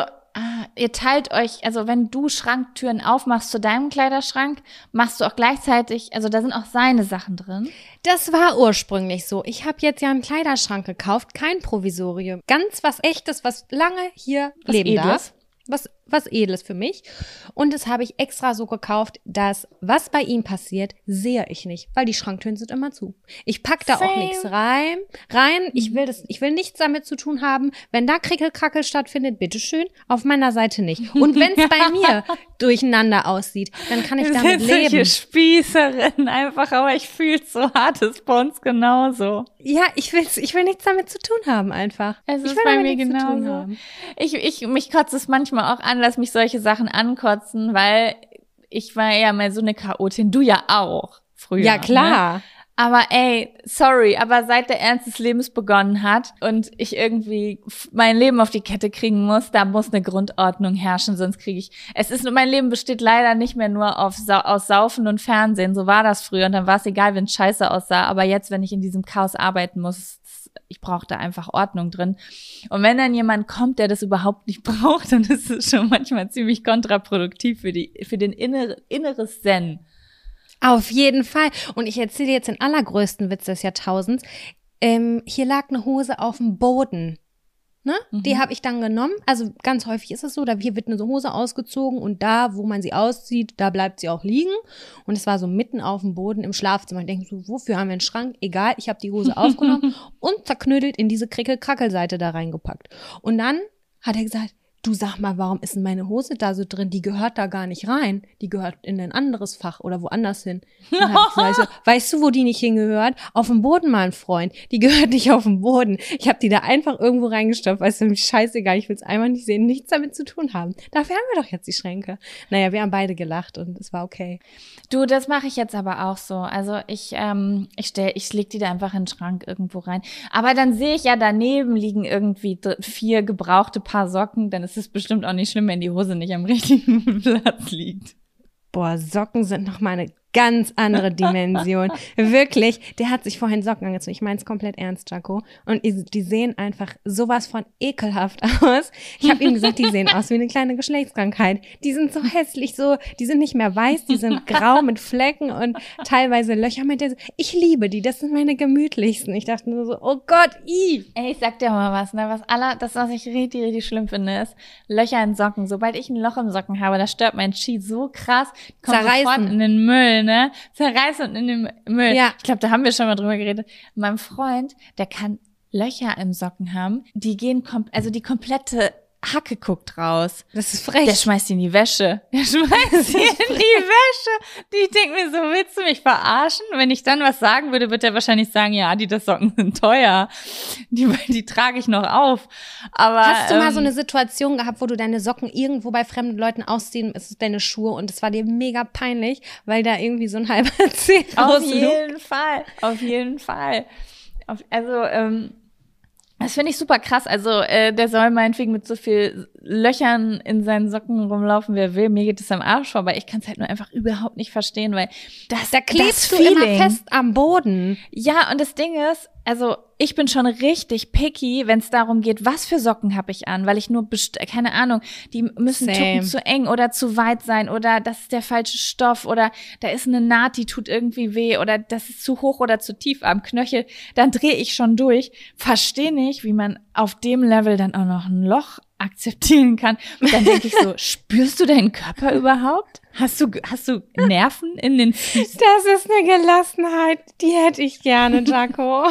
ihr teilt euch, also wenn du Schranktüren aufmachst zu deinem Kleiderschrank, machst du auch gleichzeitig, also da sind auch seine Sachen drin. Das war ursprünglich so. Ich habe jetzt ja einen Kleiderschrank gekauft, kein Provisorium. Ganz was Echtes, was lange hier leben darf. Was Edles für mich. Und das habe ich extra so gekauft, dass was bei ihm passiert, sehe ich nicht, weil die Schranktüren sind immer zu. Ich pack da auch nichts rein. Ich will nichts damit zu tun haben. Wenn da Krickelkrackel stattfindet, bitteschön, auf meiner Seite nicht. Und wenn es bei mir durcheinander aussieht, dann kann ich damit leben. Solche Spießerin einfach, aber ich fühl's so hart, ist bei uns genauso. Ja, ich will nichts damit zu tun haben einfach. Es ist bei mir genauso. Mich kotzt es manchmal auch an, dass mich solche Sachen ankotzen, weil ich war ja mal so eine Chaotin, du ja auch früher. Ja, klar. Ne? Aber ey, sorry, aber seit der Ernst des Lebens begonnen hat und ich irgendwie mein Leben auf die Kette kriegen muss, da muss eine Grundordnung herrschen, sonst mein Leben besteht leider nicht mehr nur aus Saufen und Fernsehen, so war das früher und dann war es egal, wenn es scheiße aussah, aber jetzt, wenn ich in diesem Chaos arbeiten muss, ich brauche da einfach Ordnung drin. Und wenn dann jemand kommt, der das überhaupt nicht braucht, dann ist es schon manchmal ziemlich kontraproduktiv für den inneres Zen. Auf jeden Fall. Und ich erzähle jetzt den allergrößten Witz des Jahrtausends. Hier lag eine Hose auf dem Boden. Ne? Die habe ich dann genommen. Also ganz häufig ist es so, da hier wird eine Hose ausgezogen und da, wo man sie auszieht, da bleibt sie auch liegen. Und es war so mitten auf dem Boden im Schlafzimmer. Ich denke so, wofür haben wir einen Schrank? Egal, ich habe die Hose aufgenommen und zerknödelt in diese Krickel-Krackel-Seite da reingepackt. Und dann hat er gesagt, du sag mal, warum ist denn meine Hose da so drin? Die gehört da gar nicht rein. Die gehört in ein anderes Fach oder woanders hin. Dann hab ich gesagt, so, weißt du, wo die nicht hingehört? Auf dem Boden, mein Freund. Die gehört nicht auf dem Boden. Ich habe die da einfach irgendwo reingestopft. Weißt du, mir scheißegal, ich will es einfach nicht sehen, nichts damit zu tun haben. Dafür haben wir doch jetzt die Schränke. Naja, wir haben beide gelacht und es war okay. Du, das mache ich jetzt aber auch so. Also ich leg die da einfach in den Schrank irgendwo rein. Aber dann sehe ich ja, daneben liegen irgendwie 4 gebrauchte Paar Socken. Dann ist es bestimmt auch nicht schlimm, wenn die Hose nicht am richtigen Platz liegt. Boah, Socken sind noch mal eine ganz andere Dimension. Wirklich, der hat sich vorhin Socken angezogen. Ich meine es komplett ernst, Jaco. Und die sehen einfach sowas von ekelhaft aus. Ich habe ihm gesagt, die sehen aus wie eine kleine Geschlechtskrankheit. Die sind so hässlich, die sind nicht mehr weiß, die sind grau mit Flecken und teilweise Löcher. Ich liebe die, das sind meine gemütlichsten. Ich dachte nur so, oh Gott, Ey, ich sag dir mal was, ne? Was ich richtig, richtig schlimm finde, ist Löcher in Socken. Sobald ich ein Loch im Socken habe, das stört mein Ski so krass. Kommt sofort in den Müll, ne? Zerreißen und in den Müll. Ja. Ich glaube, da haben wir schon mal drüber geredet. Mein Freund, der kann Löcher im Socken haben, die die komplette Hacke guckt raus. Das ist frech. Der schmeißt die in die Wäsche. Die Ich denke mir so, willst du mich verarschen? Wenn ich dann was sagen würde, wird er wahrscheinlich sagen, ja, das Socken sind teuer. Die trage ich noch auf. Aber hast du mal so eine Situation gehabt, wo du deine Socken irgendwo bei fremden Leuten ausziehen, es ist deine Schuhe und es war dir mega peinlich, weil da irgendwie so ein halber Zeh rauslug? Auf jeden Fall. Das finde ich super krass. Also der soll meinetwegen mit so viel Löchern in seinen Socken rumlaufen, wer will. Mir geht es am Arsch vorbei. Ich kann es halt nur einfach überhaupt nicht verstehen, weil da klebst du immer fest am Boden. Ja, und das Ding ist, also ich bin schon richtig picky, wenn es darum geht, was für Socken habe ich an, weil ich nur, keine Ahnung, die müssen Tucken zu eng oder zu weit sein oder das ist der falsche Stoff oder da ist eine Naht, die tut irgendwie weh oder das ist zu hoch oder zu tief am Knöchel, dann drehe ich schon durch. Verstehe nicht, wie man auf dem Level dann auch noch ein Loch akzeptieren kann. Und dann denke ich so, spürst du deinen Körper überhaupt? Hast du Nerven in den Füßen? Das ist eine Gelassenheit, die hätte ich gerne, Jaco.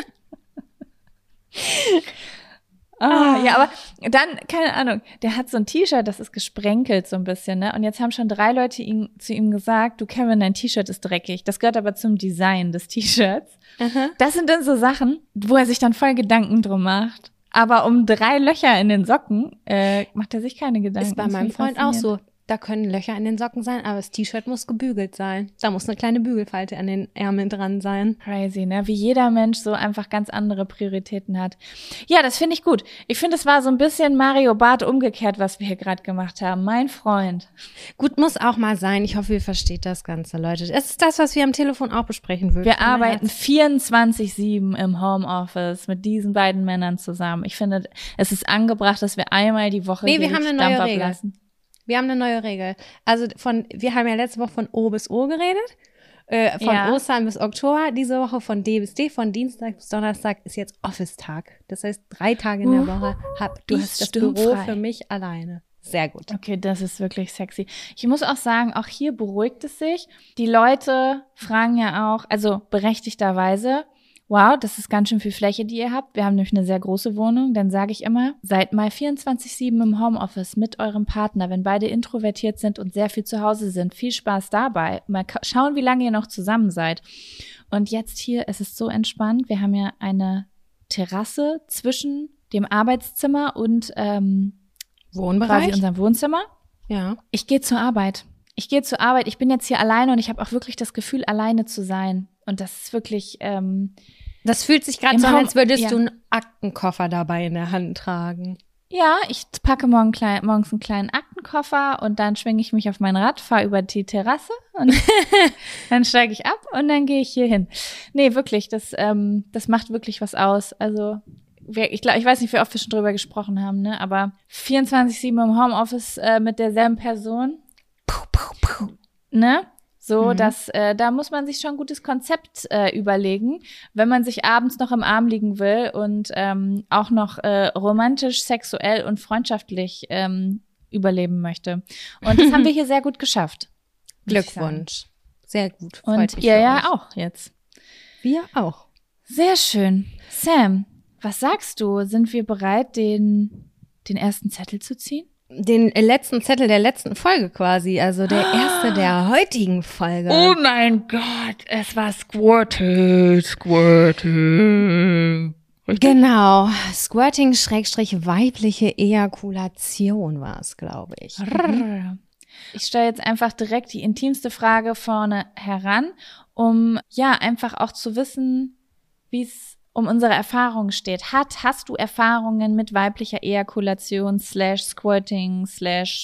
Ja, aber dann, keine Ahnung, der hat so ein T-Shirt, das ist gesprenkelt so ein bisschen, ne? Und jetzt haben schon 3 Leute zu ihm gesagt, du Kevin, dein T-Shirt ist dreckig. Das gehört aber zum Design des T-Shirts. Das sind dann so Sachen, wo er sich dann voll Gedanken drum macht. Aber um 3 Löcher in den Socken macht er sich keine Gedanken. Ist bei meinem Freund auch so. Da können Löcher in den Socken sein, aber das T-Shirt muss gebügelt sein. Da muss eine kleine Bügelfalte an den Ärmeln dran sein. Crazy, ne? Wie jeder Mensch so einfach ganz andere Prioritäten hat. Ja, das finde ich gut. Ich finde, es war so ein bisschen Mario Barth umgekehrt, was wir hier gerade gemacht haben. Mein Freund. Gut, muss auch mal sein. Ich hoffe, ihr versteht das Ganze, Leute. Das ist das, was wir am Telefon auch besprechen würden. Wir arbeiten 24/7 im Homeoffice mit diesen beiden Männern zusammen. Ich finde, es ist angebracht, dass wir einmal die Woche wir haben eine neue Regel. Ablassen. Wir haben eine neue Regel. Also wir haben ja letzte Woche von O bis O geredet, von Ostern bis Oktober. Diese Woche von D bis D, von Dienstag bis Donnerstag ist jetzt Office-Tag. Das heißt, 3 Tage in der Woche du hast das Büro für mich alleine. Sehr gut. Okay, das ist wirklich sexy. Ich muss auch sagen, auch hier beruhigt es sich. Die Leute fragen ja auch, also berechtigterweise, wow, das ist ganz schön viel Fläche, die ihr habt. Wir haben nämlich eine sehr große Wohnung. Dann sage ich immer, seid mal 24/7 im Homeoffice mit eurem Partner, wenn beide introvertiert sind und sehr viel zu Hause sind. Viel Spaß dabei. Mal schauen, wie lange ihr noch zusammen seid. Und jetzt hier, es ist so entspannt. Wir haben ja eine Terrasse zwischen dem Arbeitszimmer und Wohnbereich, quasi unserem Wohnzimmer. Ja. Ich gehe zur Arbeit. Ich bin jetzt hier alleine und ich habe auch wirklich das Gefühl, alleine zu sein. Und das ist wirklich das fühlt sich gerade so an, als würdest du einen Aktenkoffer dabei in der Hand tragen. Ja, ich packe morgens einen kleinen Aktenkoffer Klamottenkoffer und dann schwinge ich mich auf mein Rad, fahre über die Terrasse und dann steige ich ab und dann gehe ich hier hin. Nee, wirklich, das macht wirklich was aus. Also ich weiß nicht, wie oft wir schon drüber gesprochen haben, ne? Aber 24/7 im Homeoffice mit derselben Person, ne? So, dass da muss man sich schon ein gutes Konzept überlegen, wenn man sich abends noch im Arm liegen will und auch noch romantisch, sexuell und freundschaftlich überleben möchte. Und das haben wir hier sehr gut geschafft. Glückwunsch. Sehr gut. Freut und mich ihr ja euch. Auch jetzt. Wir auch. Sehr schön. Sam, was sagst du? Sind wir bereit, den ersten Zettel zu ziehen? Den letzten Zettel der letzten Folge quasi, also der erste der heutigen Folge. Oh mein Gott, es war Squirting. Genau, Squirting / weibliche Ejakulation war es, glaube ich. Ich stelle jetzt einfach direkt die intimste Frage vorne heran, um ja einfach auch zu wissen, wie es um unsere Erfahrungen steht. Hast du Erfahrungen mit weiblicher Ejakulation / Squirting /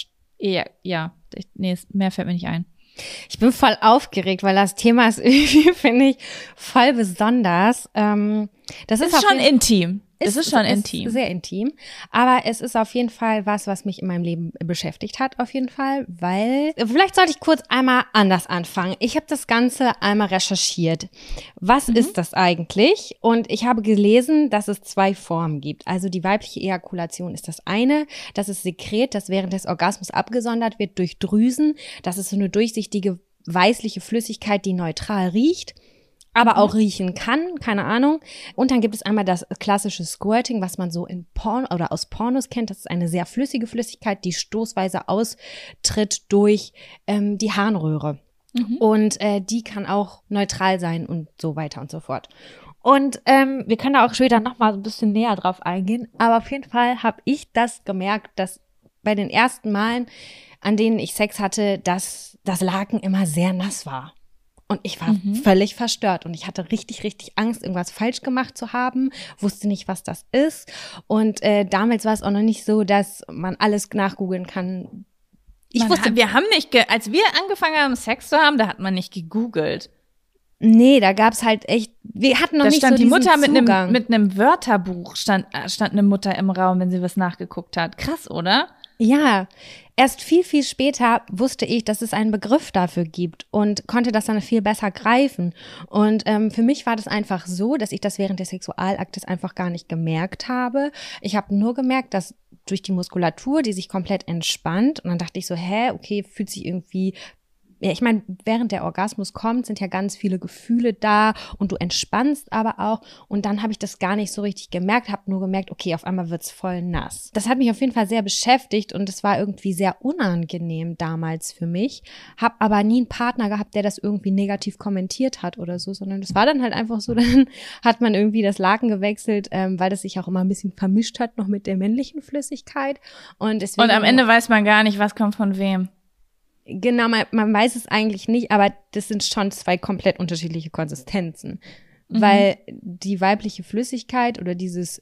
mehr fällt mir nicht ein. Ich bin voll aufgeregt, weil das Thema ist irgendwie, finde ich, voll besonders. Das ist schon intim. Es ist schon intim. Sehr intim. Aber es ist auf jeden Fall was mich in meinem Leben beschäftigt hat, auf jeden Fall. Weil, vielleicht sollte ich kurz einmal anders anfangen. Ich habe das Ganze einmal recherchiert. Was ist das eigentlich? Und ich habe gelesen, dass es 2 Formen gibt. Also die weibliche Ejakulation ist das eine. Das ist Sekret, das während des Orgasmus abgesondert wird durch Drüsen. Das ist so eine durchsichtige, weißliche Flüssigkeit, die neutral riecht, aber auch riechen kann, keine Ahnung. Und dann gibt es einmal das klassische Squirting, was man so in Porn oder aus Pornos kennt. Das ist eine sehr flüssige Flüssigkeit, die stoßweise austritt durch die Harnröhre. Und die kann auch neutral sein und so weiter und so fort. Und wir können da auch später noch mal so ein bisschen näher drauf eingehen. Aber auf jeden Fall habe ich das gemerkt, dass bei den ersten Malen, an denen ich Sex hatte, dass das Laken immer sehr nass war. Und ich war völlig verstört und ich hatte richtig, richtig Angst, irgendwas falsch gemacht zu haben, wusste nicht, was das ist. Und damals war es auch noch nicht so, dass man alles nachgoogeln kann. Als wir angefangen haben, Sex zu haben, da hat man nicht gegoogelt. Nee, da gab's halt echt, wir hatten noch nicht so diesen Mutter Zugang. mit einem Wörterbuch, stand eine Mutter im Raum, wenn sie was nachgeguckt hat. Krass, oder? Ja, erst viel, viel später wusste ich, dass es einen Begriff dafür gibt und konnte das dann viel besser greifen. Und für mich war das einfach so, dass ich das während des Sexualaktes einfach gar nicht gemerkt habe. Ich habe nur gemerkt, dass durch die Muskulatur, die sich komplett entspannt, und dann dachte ich so, okay, fühlt sich irgendwie, ja, ich meine, während der Orgasmus kommt, sind ja ganz viele Gefühle da und du entspannst aber auch. Und dann habe ich das gar nicht so richtig gemerkt, habe nur gemerkt, okay, auf einmal wird's voll nass. Das hat mich auf jeden Fall sehr beschäftigt und es war irgendwie sehr unangenehm damals für mich. Habe aber nie einen Partner gehabt, der das irgendwie negativ kommentiert hat oder so, sondern das war dann halt einfach so, dann hat man irgendwie das Laken gewechselt, weil das sich auch immer ein bisschen vermischt hat noch mit der männlichen Flüssigkeit. Und am Ende weiß man gar nicht, was kommt von wem. Genau, man weiß es eigentlich nicht, aber das sind schon 2 komplett unterschiedliche Konsistenzen. Weil die weibliche Flüssigkeit oder diese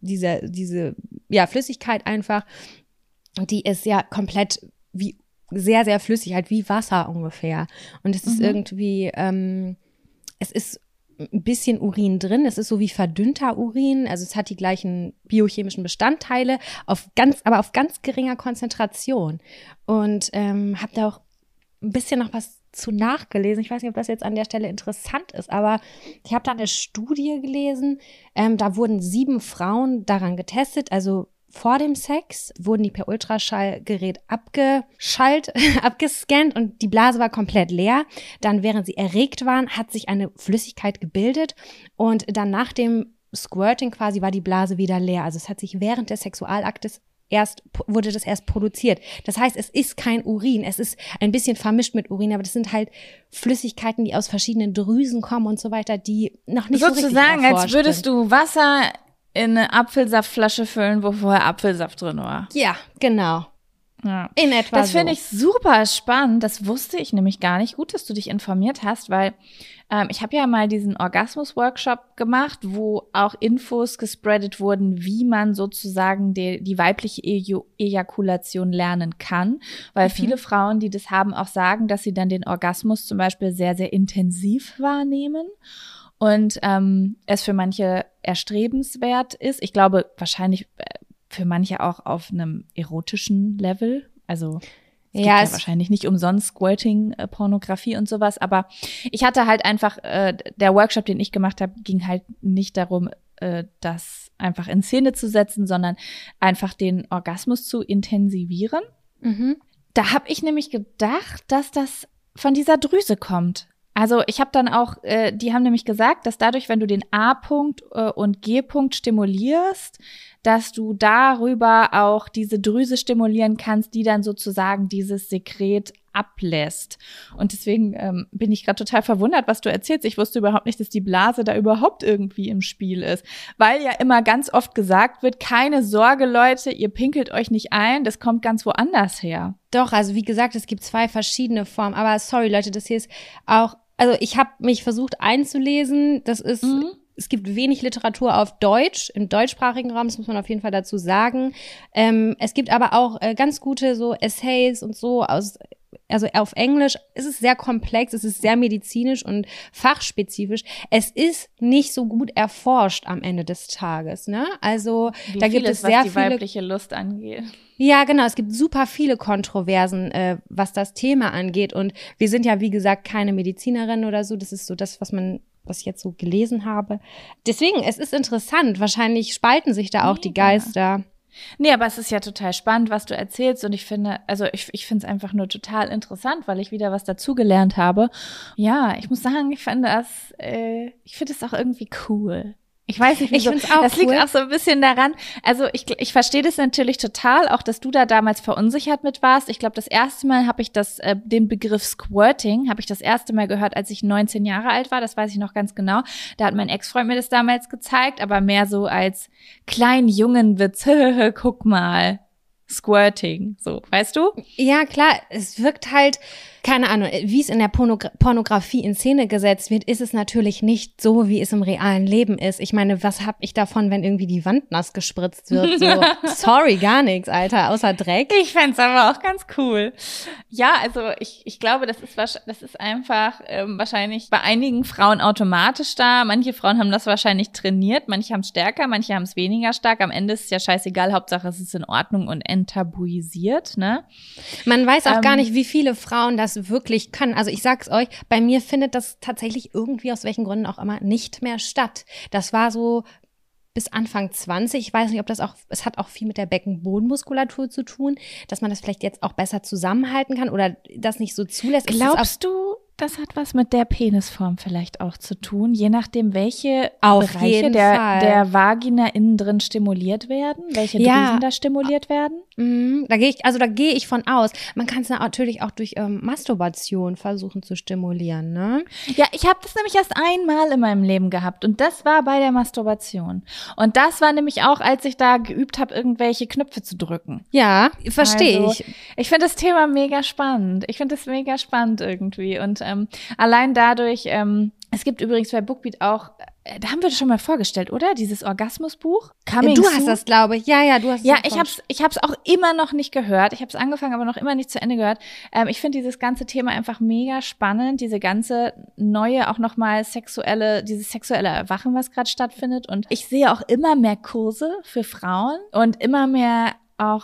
Flüssigkeit einfach, die ist ja komplett wie sehr, sehr flüssig, halt wie Wasser ungefähr. Und es ist irgendwie, es ist ein bisschen Urin drin. Es ist so wie verdünnter Urin. Also es hat die gleichen biochemischen Bestandteile, aber auf ganz geringer Konzentration. Und habe da auch ein bisschen noch was zu nachgelesen. Ich weiß nicht, ob das jetzt an der Stelle interessant ist, aber ich habe da eine Studie gelesen. Da wurden 7 Frauen daran getestet, also vor dem Sex wurden die per Ultraschallgerät abgescannt und die Blase war komplett leer. Dann, während sie erregt waren, hat sich eine Flüssigkeit gebildet und dann nach dem Squirting quasi war die Blase wieder leer. Also es hat sich während des Sexualaktes wurde das erst produziert. Das heißt, es ist kein Urin, es ist ein bisschen vermischt mit Urin, aber das sind halt Flüssigkeiten, die aus verschiedenen Drüsen kommen und so weiter, die noch nicht so richtig sozusagen, als würdest du Wasser in eine Apfelsaftflasche füllen, wo vorher Apfelsaft drin war. Ja, genau. Ja. In etwa das so. finde ich super spannend. Das wusste ich nämlich gar nicht. Gut, dass du dich informiert hast, weil ich habe ja mal diesen Orgasmus-Workshop gemacht, wo auch Infos gespreadet wurden, wie man sozusagen die weibliche Ejakulation lernen kann. Weil viele Frauen, die das haben, auch sagen, dass sie dann den Orgasmus zum Beispiel sehr, sehr intensiv wahrnehmen. Und es für manche erstrebenswert ist. Ich glaube, wahrscheinlich für manche auch auf einem erotischen Level. Also es gibt ja wahrscheinlich nicht umsonst Squirting, Pornografie und sowas. Aber ich hatte halt einfach, der Workshop, den ich gemacht habe, ging halt nicht darum, das einfach in Szene zu setzen, sondern einfach den Orgasmus zu intensivieren. Da habe ich nämlich gedacht, dass das von dieser Drüse kommt. Also ich habe dann auch, die haben nämlich gesagt, dass dadurch, wenn du den A-Punkt und G-Punkt stimulierst, dass du darüber auch diese Drüse stimulieren kannst, die dann sozusagen dieses Sekret ablässt. Und deswegen bin ich gerade total verwundert, was du erzählst. Ich wusste überhaupt nicht, dass die Blase da überhaupt irgendwie im Spiel ist. Weil ja immer ganz oft gesagt wird, keine Sorge, Leute, ihr pinkelt euch nicht ein, das kommt ganz woanders her. Doch, also wie gesagt, es gibt 2 verschiedene Formen. Aber sorry, Leute, das hier ist auch, also ich habe mich versucht einzulesen. Das ist, es gibt wenig Literatur auf Deutsch, im deutschsprachigen Raum, das muss man auf jeden Fall dazu sagen. Es gibt aber auch ganz gute so Essays und so also auf Englisch. Es ist sehr komplex, es ist sehr medizinisch und fachspezifisch. Es ist nicht so gut erforscht am Ende des Tages, ne? Also da gibt es sehr viele, was die weibliche Lust angeht. Ja, genau. Es gibt super viele Kontroversen, was das Thema angeht. Und wir sind ja, wie gesagt, keine Medizinerin oder so. Das ist so das, was ich jetzt so gelesen habe. Deswegen, es ist interessant. Wahrscheinlich spalten sich da auch die Geister. Nee, aber es ist ja total spannend, was du erzählst. Und ich finde, also ich finde es einfach nur total interessant, weil ich wieder was dazugelernt habe. Ja, ich muss sagen, ich finde es auch irgendwie cool. Ich weiß nicht, wieso. Das liegt auch so ein bisschen daran. Also ich verstehe das natürlich total, auch dass du da damals verunsichert mit warst. Ich glaube, das erste Mal habe ich den Begriff Squirting habe ich das erste Mal gehört, als ich 19 Jahre alt war. Das weiß ich noch ganz genau. Da hat mein Ex-Freund mir das damals gezeigt, aber mehr so als kleinen Jungenwitz. Guck mal. Squirting, so, weißt du? Ja, klar, es wirkt halt, keine Ahnung, wie es in der Pornografie in Szene gesetzt wird, ist es natürlich nicht so, wie es im realen Leben ist. Ich meine, was hab ich davon, wenn irgendwie die Wand nass gespritzt wird? So, sorry, gar nichts, Alter, außer Dreck. Ich fänd's aber auch ganz cool. Ja, also ich glaube, das ist einfach wahrscheinlich bei einigen Frauen automatisch da. Manche Frauen haben das wahrscheinlich trainiert, manche haben es stärker, manche haben es weniger stark. Am Ende ist es ja scheißegal, Hauptsache es ist in Ordnung und enttabuisiert, ne? Man weiß auch gar nicht, wie viele Frauen das wirklich können. Also ich sag's euch, bei mir findet das tatsächlich irgendwie aus welchen Gründen auch immer nicht mehr statt. Das war so bis Anfang 20. Ich weiß nicht, es hat auch viel mit der Beckenbodenmuskulatur zu tun, dass man das vielleicht jetzt auch besser zusammenhalten kann oder das nicht so zulässt. Glaubst du, das hat was mit der Penisform vielleicht auch zu tun, je nachdem, welche Auf Bereiche jeden Fall. der Vagina innen drin stimuliert werden, welche Drüsen da stimuliert werden? Da gehe ich von aus. Man kann es natürlich auch durch Masturbation versuchen zu stimulieren, ne? Ja, ich habe das nämlich erst einmal in meinem Leben gehabt und das war bei der Masturbation. Und das war nämlich auch, als ich da geübt habe, irgendwelche Knöpfe zu drücken. Ja, verstehe ich. Ich finde das Thema mega spannend. Ich finde das mega spannend irgendwie und allein dadurch, es gibt übrigens bei Bookbeat auch, da haben wir das schon mal vorgestellt, oder? Dieses Orgasmusbuch. Du hast das, glaube ich. Ja, du hast es. Ja, ich hab's auch immer noch nicht gehört. Ich habe es angefangen, aber noch immer nicht zu Ende gehört. Ich finde dieses ganze Thema einfach mega spannend. Diese ganze neue, auch nochmal dieses sexuelle Erwachen, was gerade stattfindet. Und ich sehe auch immer mehr Kurse für Frauen und immer mehr auch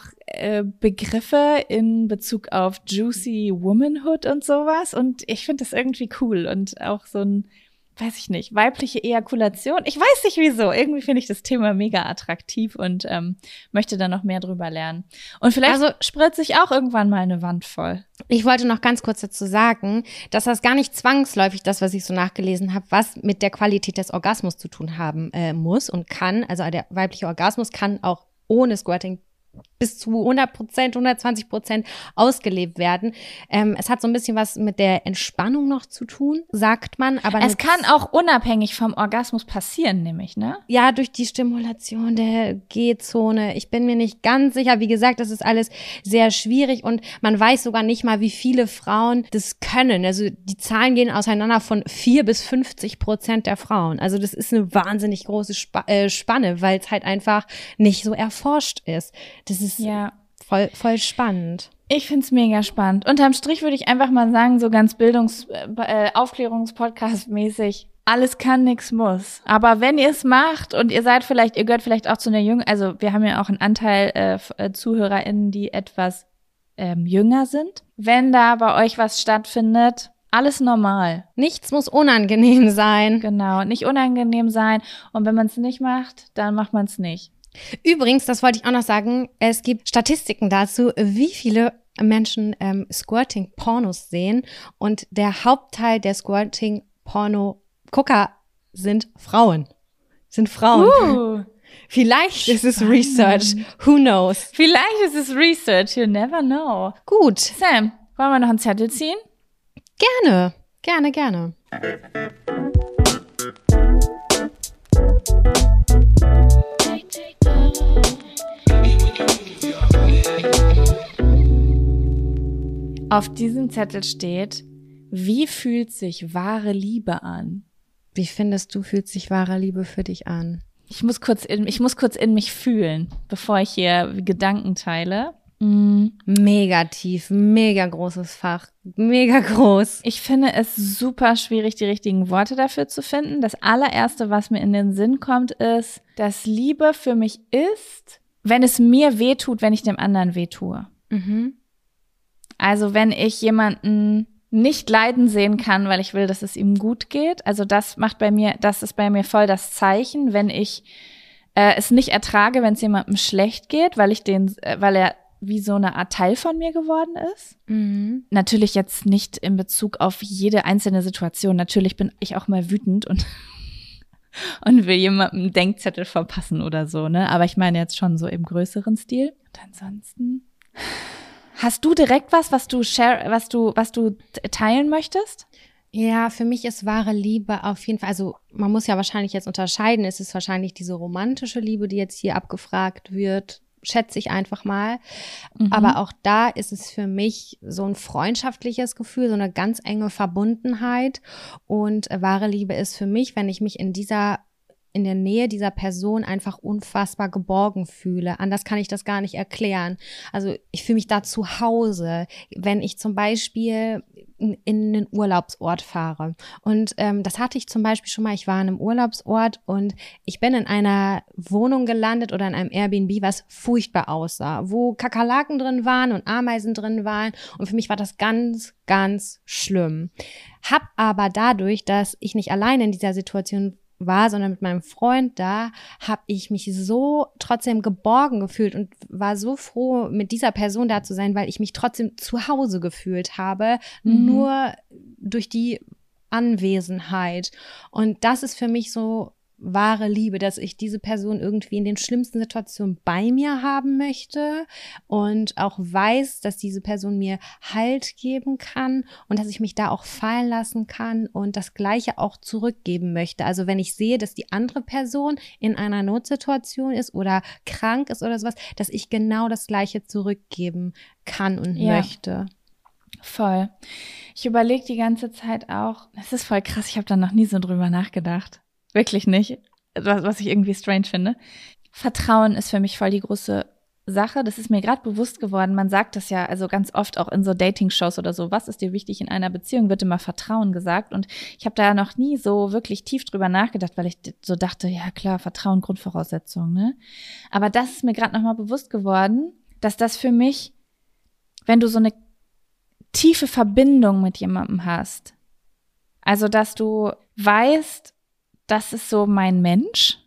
Begriffe in Bezug auf Juicy Womanhood und sowas. Und ich finde das irgendwie cool und auch so ein, weiß ich nicht, weibliche Ejakulation. Ich weiß nicht wieso. Irgendwie finde ich das Thema mega attraktiv und möchte da noch mehr drüber lernen. Und vielleicht spritze ich auch irgendwann mal eine Wand voll. Ich wollte noch ganz kurz dazu sagen, dass das gar nicht zwangsläufig das, was ich so nachgelesen habe, was mit der Qualität des Orgasmus zu tun haben muss und kann. Also der weibliche Orgasmus kann auch ohne Squirting bis zu 100%, 120% ausgelebt werden. Es hat so ein bisschen was mit der Entspannung noch zu tun, sagt man. Aber es kann auch unabhängig vom Orgasmus passieren, nämlich, ne? Ja, durch die Stimulation der G-Zone. Ich bin mir nicht ganz sicher. Wie gesagt, das ist alles sehr schwierig und man weiß sogar nicht mal, wie viele Frauen das können. Also die Zahlen gehen auseinander von 4-50% der Frauen. Also das ist eine wahnsinnig große Spanne, weil es halt einfach nicht so erforscht ist. Das ist voll spannend. Ich find's mega spannend. Unterm Strich würde ich einfach mal sagen, so ganz Aufklärungspodcast-mäßig, alles kann, nix muss. Aber wenn ihr es macht und ihr gehört vielleicht auch zu einer jungen, also wir haben ja auch einen Anteil ZuhörerInnen, die etwas jünger sind. Wenn da bei euch was stattfindet, alles normal. Nichts muss unangenehm sein. Genau, nicht unangenehm sein. Und wenn man es nicht macht, dann macht man es nicht. Übrigens, das wollte ich auch noch sagen, es gibt Statistiken dazu, wie viele Menschen Squirting-Pornos sehen. Und der Hauptteil der Squirting-Porno-Gucker sind Frauen. Vielleicht ist es Research. Who knows? Vielleicht ist es Research. You never know. Gut. Sam, wollen wir noch einen Zettel ziehen? Gerne. Auf diesem Zettel steht, wie fühlt sich wahre Liebe an? Wie findest du, fühlt sich wahre Liebe für dich an? Ich muss kurz in mich fühlen, bevor ich hier Gedanken teile. Mega tief, mega großes Fach, mega groß. Ich finde es super schwierig, die richtigen Worte dafür zu finden. Das allererste, was mir in den Sinn kommt, ist, dass Liebe für mich ist, wenn es mir wehtut, wenn ich dem anderen wehtue. Mhm. Also wenn ich jemanden nicht leiden sehen kann, weil ich will, dass es ihm gut geht. Also das ist bei mir voll das Zeichen, wenn ich es nicht ertrage, wenn es jemandem schlecht geht, weil er wie so eine Art Teil von mir geworden ist. Mhm. Natürlich jetzt nicht in Bezug auf jede einzelne Situation. Natürlich bin ich auch mal wütend und will jemandem einen Denkzettel verpassen oder so, ne? Aber ich meine jetzt schon so im größeren Stil. Und ansonsten, hast du direkt was du teilen möchtest? Ja, für mich ist wahre Liebe auf jeden Fall, also man muss ja wahrscheinlich jetzt unterscheiden, es ist wahrscheinlich diese romantische Liebe, die jetzt hier abgefragt wird, schätze ich einfach mal. Mhm. Aber auch da ist es für mich so ein freundschaftliches Gefühl, so eine ganz enge Verbundenheit. Und wahre Liebe ist für mich, wenn ich mich in der Nähe dieser Person einfach unfassbar geborgen fühle. Anders kann ich das gar nicht erklären. Also ich fühle mich da zu Hause, wenn ich zum Beispiel in einen Urlaubsort fahre. Und das hatte ich zum Beispiel schon mal, ich war an einem Urlaubsort und ich bin in einer Wohnung gelandet oder in einem Airbnb, was furchtbar aussah, wo Kakerlaken drin waren und Ameisen drin waren. Und für mich war das ganz, ganz schlimm. Hab aber dadurch, dass ich nicht alleine in dieser Situation war, sondern mit meinem Freund da, habe ich mich so trotzdem geborgen gefühlt und war so froh, mit dieser Person da zu sein, weil ich mich trotzdem zu Hause gefühlt habe, nur durch die Anwesenheit. Und das ist für mich so wahre Liebe, dass ich diese Person irgendwie in den schlimmsten Situationen bei mir haben möchte und auch weiß, dass diese Person mir Halt geben kann und dass ich mich da auch fallen lassen kann und das Gleiche auch zurückgeben möchte. Also wenn ich sehe, dass die andere Person in einer Notsituation ist oder krank ist oder sowas, dass ich genau das Gleiche zurückgeben kann und möchte. Voll. Ich überlege die ganze Zeit auch, das ist voll krass, ich habe da noch nie so drüber nachgedacht. Wirklich nicht, was ich irgendwie strange finde. Vertrauen ist für mich voll die große Sache. Das ist mir gerade bewusst geworden. Man sagt das ja also ganz oft auch in so Dating-Shows oder so. Was ist dir wichtig in einer Beziehung? Wird immer Vertrauen gesagt. Und ich habe da noch nie so wirklich tief drüber nachgedacht, weil ich so dachte, ja klar, Vertrauen, Grundvoraussetzung, ne? Aber das ist mir gerade nochmal bewusst geworden, dass das für mich, wenn du so eine tiefe Verbindung mit jemandem hast, also dass du weißt, das ist so mein Mensch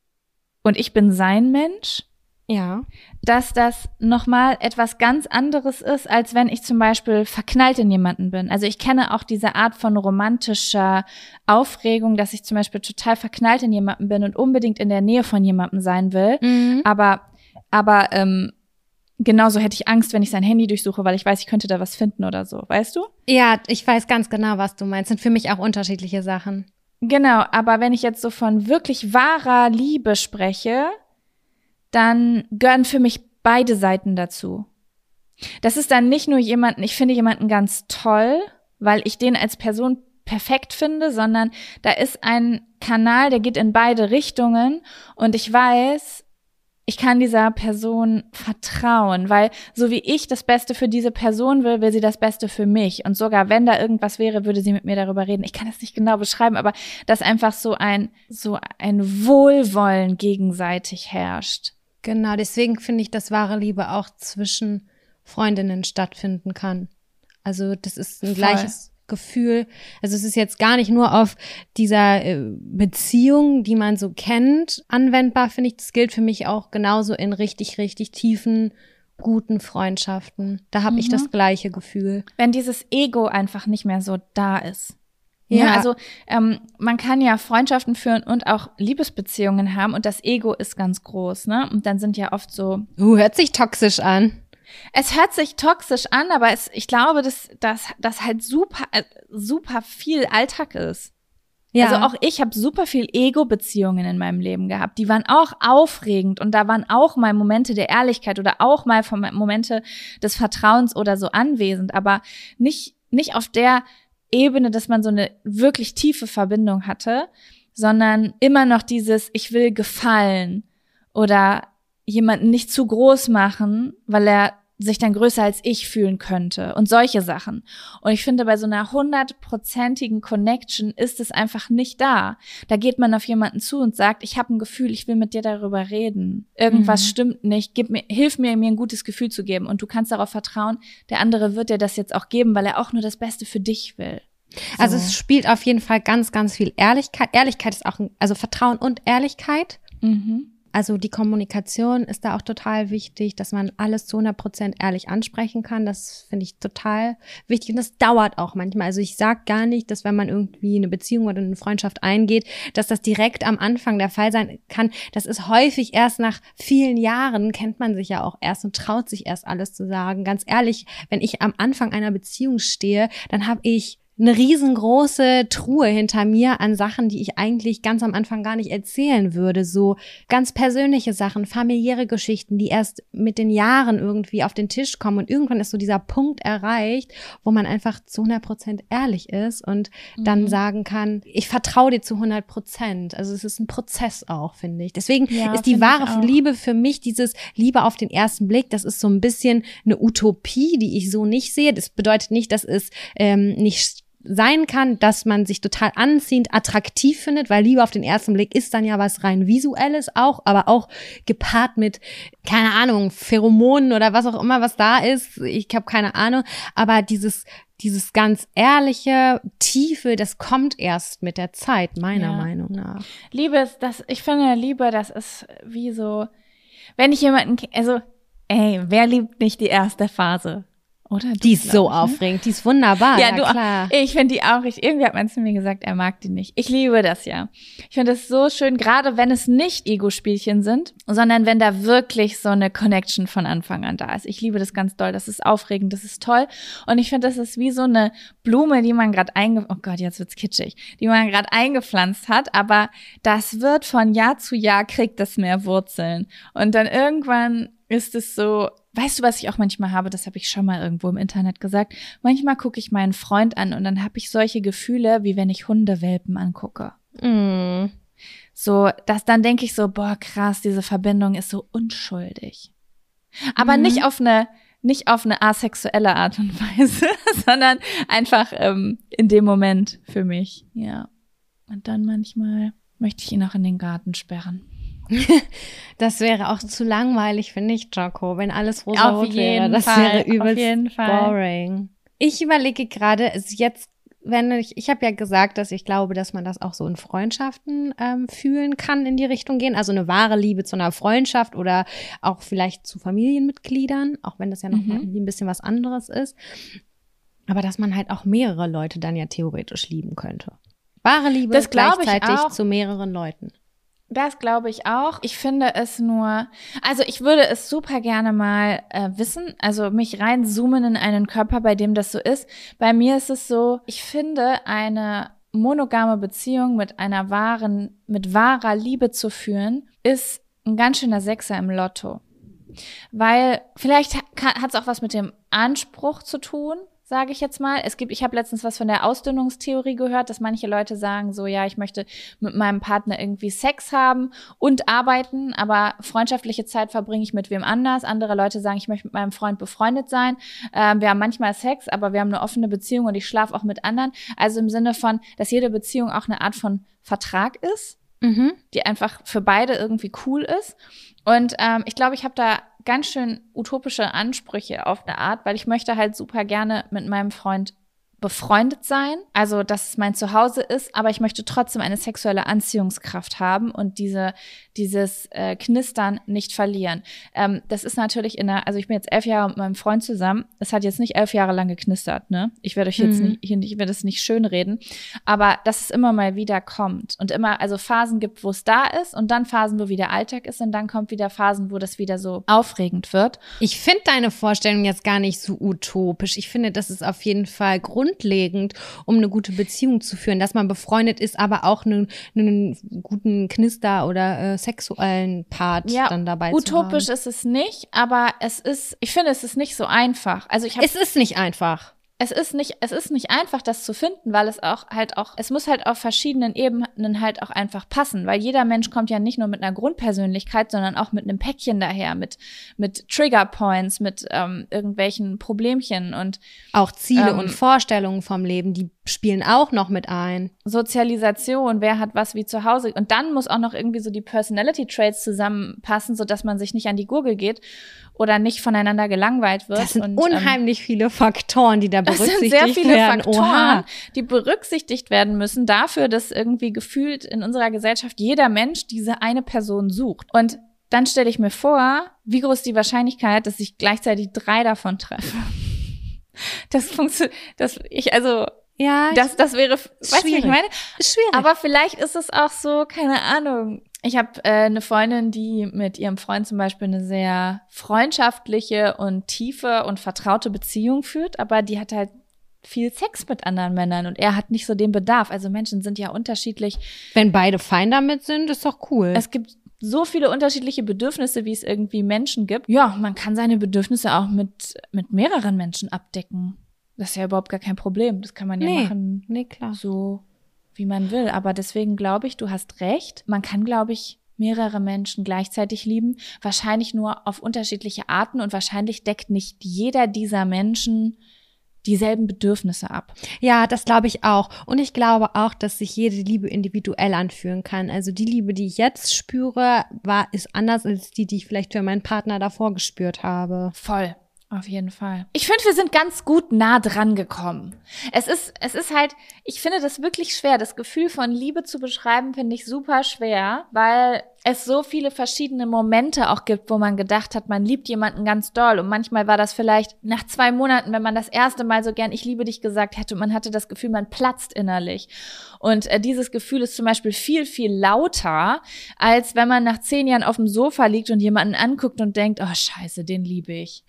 und ich bin sein Mensch. Ja. Dass das nochmal etwas ganz anderes ist, als wenn ich zum Beispiel verknallt in jemanden bin. Also ich kenne auch diese Art von romantischer Aufregung, dass ich zum Beispiel total verknallt in jemanden bin und unbedingt in der Nähe von jemandem sein will. Mhm. Aber genauso hätte ich Angst, wenn ich sein Handy durchsuche, weil ich weiß, ich könnte da was finden oder so, weißt du? Ja, ich weiß ganz genau, was du meinst. Sind für mich auch unterschiedliche Sachen. Genau, aber wenn ich jetzt so von wirklich wahrer Liebe spreche, dann gehören für mich beide Seiten dazu. Das ist dann nicht nur ich finde jemanden ganz toll, weil ich den als Person perfekt finde, sondern da ist ein Kanal, der geht in beide Richtungen und ich weiß, ich kann dieser Person vertrauen, weil so wie ich das Beste für diese Person will sie das Beste für mich. Und sogar wenn da irgendwas wäre, würde sie mit mir darüber reden. Ich kann es nicht genau beschreiben, aber dass einfach so ein Wohlwollen gegenseitig herrscht. Genau, deswegen finde ich, dass wahre Liebe auch zwischen Freundinnen stattfinden kann. Also das ist ein gleiches Gefühl. Also es ist jetzt gar nicht nur auf dieser Beziehung, die man so kennt, anwendbar, finde ich. Das gilt für mich auch genauso in richtig, richtig tiefen, guten Freundschaften. Da habe ich das gleiche Gefühl. Wenn dieses Ego einfach nicht mehr so da ist. Ja, also man kann ja Freundschaften führen und auch Liebesbeziehungen haben und das Ego ist ganz groß, ne? Und dann sind ja oft so… Hört sich toxisch an. Es hört sich toxisch an, aber ich glaube, dass halt super viel Alltag ist. Ja. Also auch ich habe super viel Ego-Beziehungen in meinem Leben gehabt. Die waren auch aufregend und da waren auch mal Momente der Ehrlichkeit oder auch mal Momente des Vertrauens oder so anwesend, aber nicht auf der Ebene, dass man so eine wirklich tiefe Verbindung hatte, sondern immer noch dieses, ich will gefallen oder jemanden nicht zu groß machen, weil er sich dann größer als ich fühlen könnte und solche Sachen. Und ich finde, bei so einer 100%igen Connection ist es einfach nicht da. Da geht man auf jemanden zu und sagt, ich habe ein Gefühl, ich will mit dir darüber reden. Irgendwas stimmt nicht, hilf mir ein gutes Gefühl zu geben. Und du kannst darauf vertrauen, der andere wird dir das jetzt auch geben, weil er auch nur das Beste für dich will. So. Also es spielt auf jeden Fall ganz, ganz viel Ehrlichkeit. Ehrlichkeit ist auch, also Vertrauen und Ehrlichkeit. Also die Kommunikation ist da auch total wichtig, dass man alles zu 100% ehrlich ansprechen kann. Das finde ich total wichtig und das dauert auch manchmal. Also ich sage gar nicht, dass wenn man irgendwie eine Beziehung oder eine Freundschaft eingeht, dass das direkt am Anfang der Fall sein kann. Das ist häufig erst nach vielen Jahren, kennt man sich ja auch erst und traut sich erst alles zu sagen. Ganz ehrlich, wenn ich am Anfang einer Beziehung stehe, dann habe ich eine riesengroße Truhe hinter mir an Sachen, die ich eigentlich ganz am Anfang gar nicht erzählen würde. So ganz persönliche Sachen, familiäre Geschichten, die erst mit den Jahren irgendwie auf den Tisch kommen. Und irgendwann ist so dieser Punkt erreicht, wo man einfach zu 100% ehrlich ist und dann sagen kann, ich vertraue dir zu 100%. Also es ist ein Prozess auch, finde ich. Deswegen ist die wahre Liebe für mich dieses Liebe auf den ersten Blick. Das ist so ein bisschen eine Utopie, die ich so nicht sehe. Das bedeutet nicht, dass es nicht sein kann, dass man sich total anziehend, attraktiv findet, weil Liebe auf den ersten Blick ist dann ja was rein Visuelles auch, aber auch gepaart mit, keine Ahnung, Pheromonen oder was auch immer, was da ist. Ich habe keine Ahnung, aber dieses ganz ehrliche, tiefe, das kommt erst mit der Zeit, meiner Meinung nach. Ich finde Liebe, das ist wie so, wenn ich jemanden, also, wer liebt nicht die erste Phase? Oder die ist so aufregend, die ist wunderbar. Ja, klar. Ich finde die auch richtig. Irgendwie hat man zu mir gesagt, er mag die nicht. Ich liebe das ja. Ich finde es so schön, gerade wenn es nicht Ego-Spielchen sind, sondern wenn da wirklich so eine Connection von Anfang an da ist. Ich liebe das ganz doll. Das ist aufregend, das ist toll. Und ich finde, das ist wie so eine Blume, die man gerade oh Gott, jetzt wird's kitschig, die man gerade eingepflanzt hat. Aber das wird von Jahr zu Jahr, kriegt das mehr Wurzeln. Und dann irgendwann ist es so, weißt du, was ich auch manchmal habe, das habe ich schon mal irgendwo im Internet gesagt, manchmal gucke ich meinen Freund an und dann habe ich solche Gefühle, wie wenn ich Hundewelpen angucke. So, dann denke ich so, boah, krass, diese Verbindung ist so unschuldig. Aber nicht auf eine asexuelle Art und Weise, sondern einfach in dem Moment für mich, ja. Und dann manchmal möchte ich ihn auch in den Garten sperren. Das wäre auch zu langweilig, finde ich, Jocko, wenn alles rosa-rot wäre. Das wäre übelst boring. Ich überlege gerade, jetzt, ich habe ja gesagt, dass ich glaube, dass man das auch so in Freundschaften fühlen kann, in die Richtung gehen. Also eine wahre Liebe zu einer Freundschaft oder auch vielleicht zu Familienmitgliedern, auch wenn das ja noch mal ein bisschen was anderes ist. Aber dass man halt auch mehrere Leute dann ja theoretisch lieben könnte. Wahre Liebe das gleichzeitig zu mehreren Leuten. Das glaube ich auch. Ich finde es nur, also ich würde es super gerne mal wissen, also mich reinzoomen in einen Körper, bei dem das so ist. Bei mir ist es so, ich finde, eine monogame Beziehung mit wahrer Liebe zu führen, ist ein ganz schöner Sechser im Lotto. Weil vielleicht hat es auch was mit dem Anspruch zu tun, sage ich jetzt mal. Ich habe letztens was von der Ausdünnungstheorie gehört, dass manche Leute sagen so, ja, ich möchte mit meinem Partner irgendwie Sex haben und arbeiten, aber freundschaftliche Zeit verbringe ich mit wem anders. Andere Leute sagen, ich möchte mit meinem Freund befreundet sein. Wir haben manchmal Sex, aber wir haben eine offene Beziehung und ich schlafe auch mit anderen. Also im Sinne von, dass jede Beziehung auch eine Art von Vertrag ist, die einfach für beide irgendwie cool ist. Und ich glaube, ich habe da ganz schön utopische Ansprüche auf eine Art, weil ich möchte halt super gerne mit meinem Freund befreundet sein, also dass es mein Zuhause ist, aber ich möchte trotzdem eine sexuelle Anziehungskraft haben und dieses Knistern nicht verlieren. Das ist natürlich also ich bin jetzt 11 Jahre mit meinem Freund zusammen, es hat jetzt nicht 11 Jahre lang geknistert, ne? Ich werde euch jetzt ich werde es nicht schönreden, aber dass es immer mal wieder kommt und immer, also Phasen gibt, wo es da ist und dann Phasen, wo wieder Alltag ist und dann kommt wieder Phasen, wo das wieder so aufregend wird. Ich finde deine Vorstellung jetzt gar nicht so utopisch. Ich finde, das ist auf jeden Fall grundlegend, um eine gute Beziehung zu führen, dass man befreundet ist, aber auch einen guten Knister oder sexuellen Part dann dabei zu haben. Utopisch ist es nicht, aber ich finde, es ist nicht so einfach. Also es ist nicht einfach. Es ist nicht einfach, das zu finden, weil es muss halt auf verschiedenen Ebenen halt auch einfach passen, weil jeder Mensch kommt ja nicht nur mit einer Grundpersönlichkeit, sondern auch mit einem Päckchen daher, mit Triggerpoints, mit irgendwelchen Problemchen und auch Ziele und Vorstellungen vom Leben, die spielen auch noch mit ein. Sozialisation, wer hat was wie zu Hause und dann muss auch noch irgendwie so die Personality Traits zusammenpassen, sodass man sich nicht an die Gurgel geht oder nicht voneinander gelangweilt wird. Das sind unheimlich viele Faktoren, die da berücksichtigt werden. Das sind sehr viele Faktoren, die berücksichtigt werden müssen dafür, dass irgendwie gefühlt in unserer Gesellschaft jeder Mensch diese eine Person sucht. Und dann stelle ich mir vor, wie groß die Wahrscheinlichkeit, dass ich gleichzeitig 3 davon treffe. Das wäre, weißt du, wie ich meine? Ist schwierig. Aber vielleicht ist es auch so, keine Ahnung. Ich habe eine Freundin, die mit ihrem Freund zum Beispiel eine sehr freundschaftliche und tiefe und vertraute Beziehung führt, aber die hat halt viel Sex mit anderen Männern und er hat nicht so den Bedarf. Also Menschen sind ja unterschiedlich. Wenn beide fein damit sind, ist doch cool. Es gibt so viele unterschiedliche Bedürfnisse, wie es irgendwie Menschen gibt. Ja, man kann seine Bedürfnisse auch mit mehreren Menschen abdecken. Das ist ja überhaupt gar kein Problem. Das kann man ja machen. Nee, klar. So wie man will. Aber deswegen glaube ich, du hast recht. Man kann, glaube ich, mehrere Menschen gleichzeitig lieben. Wahrscheinlich nur auf unterschiedliche Arten und wahrscheinlich deckt nicht jeder dieser Menschen dieselben Bedürfnisse ab. Ja, das glaube ich auch. Und ich glaube auch, dass sich jede Liebe individuell anfühlen kann. Also die Liebe, die ich jetzt spüre, ist anders als die ich vielleicht für meinen Partner davor gespürt habe. Voll. Auf jeden Fall. Ich finde, wir sind ganz gut nah dran gekommen. Es ist halt, ich finde das wirklich schwer. Das Gefühl von Liebe zu beschreiben, finde ich super schwer, weil es so viele verschiedene Momente auch gibt, wo man gedacht hat, man liebt jemanden ganz doll. Und manchmal war das vielleicht nach 2 Monaten, wenn man das erste Mal so gern ich liebe dich gesagt hätte und man hatte das Gefühl, man platzt innerlich. Und dieses Gefühl ist zum Beispiel viel, viel lauter, als wenn man nach 10 Jahren auf dem Sofa liegt und jemanden anguckt und denkt, oh scheiße, den liebe ich.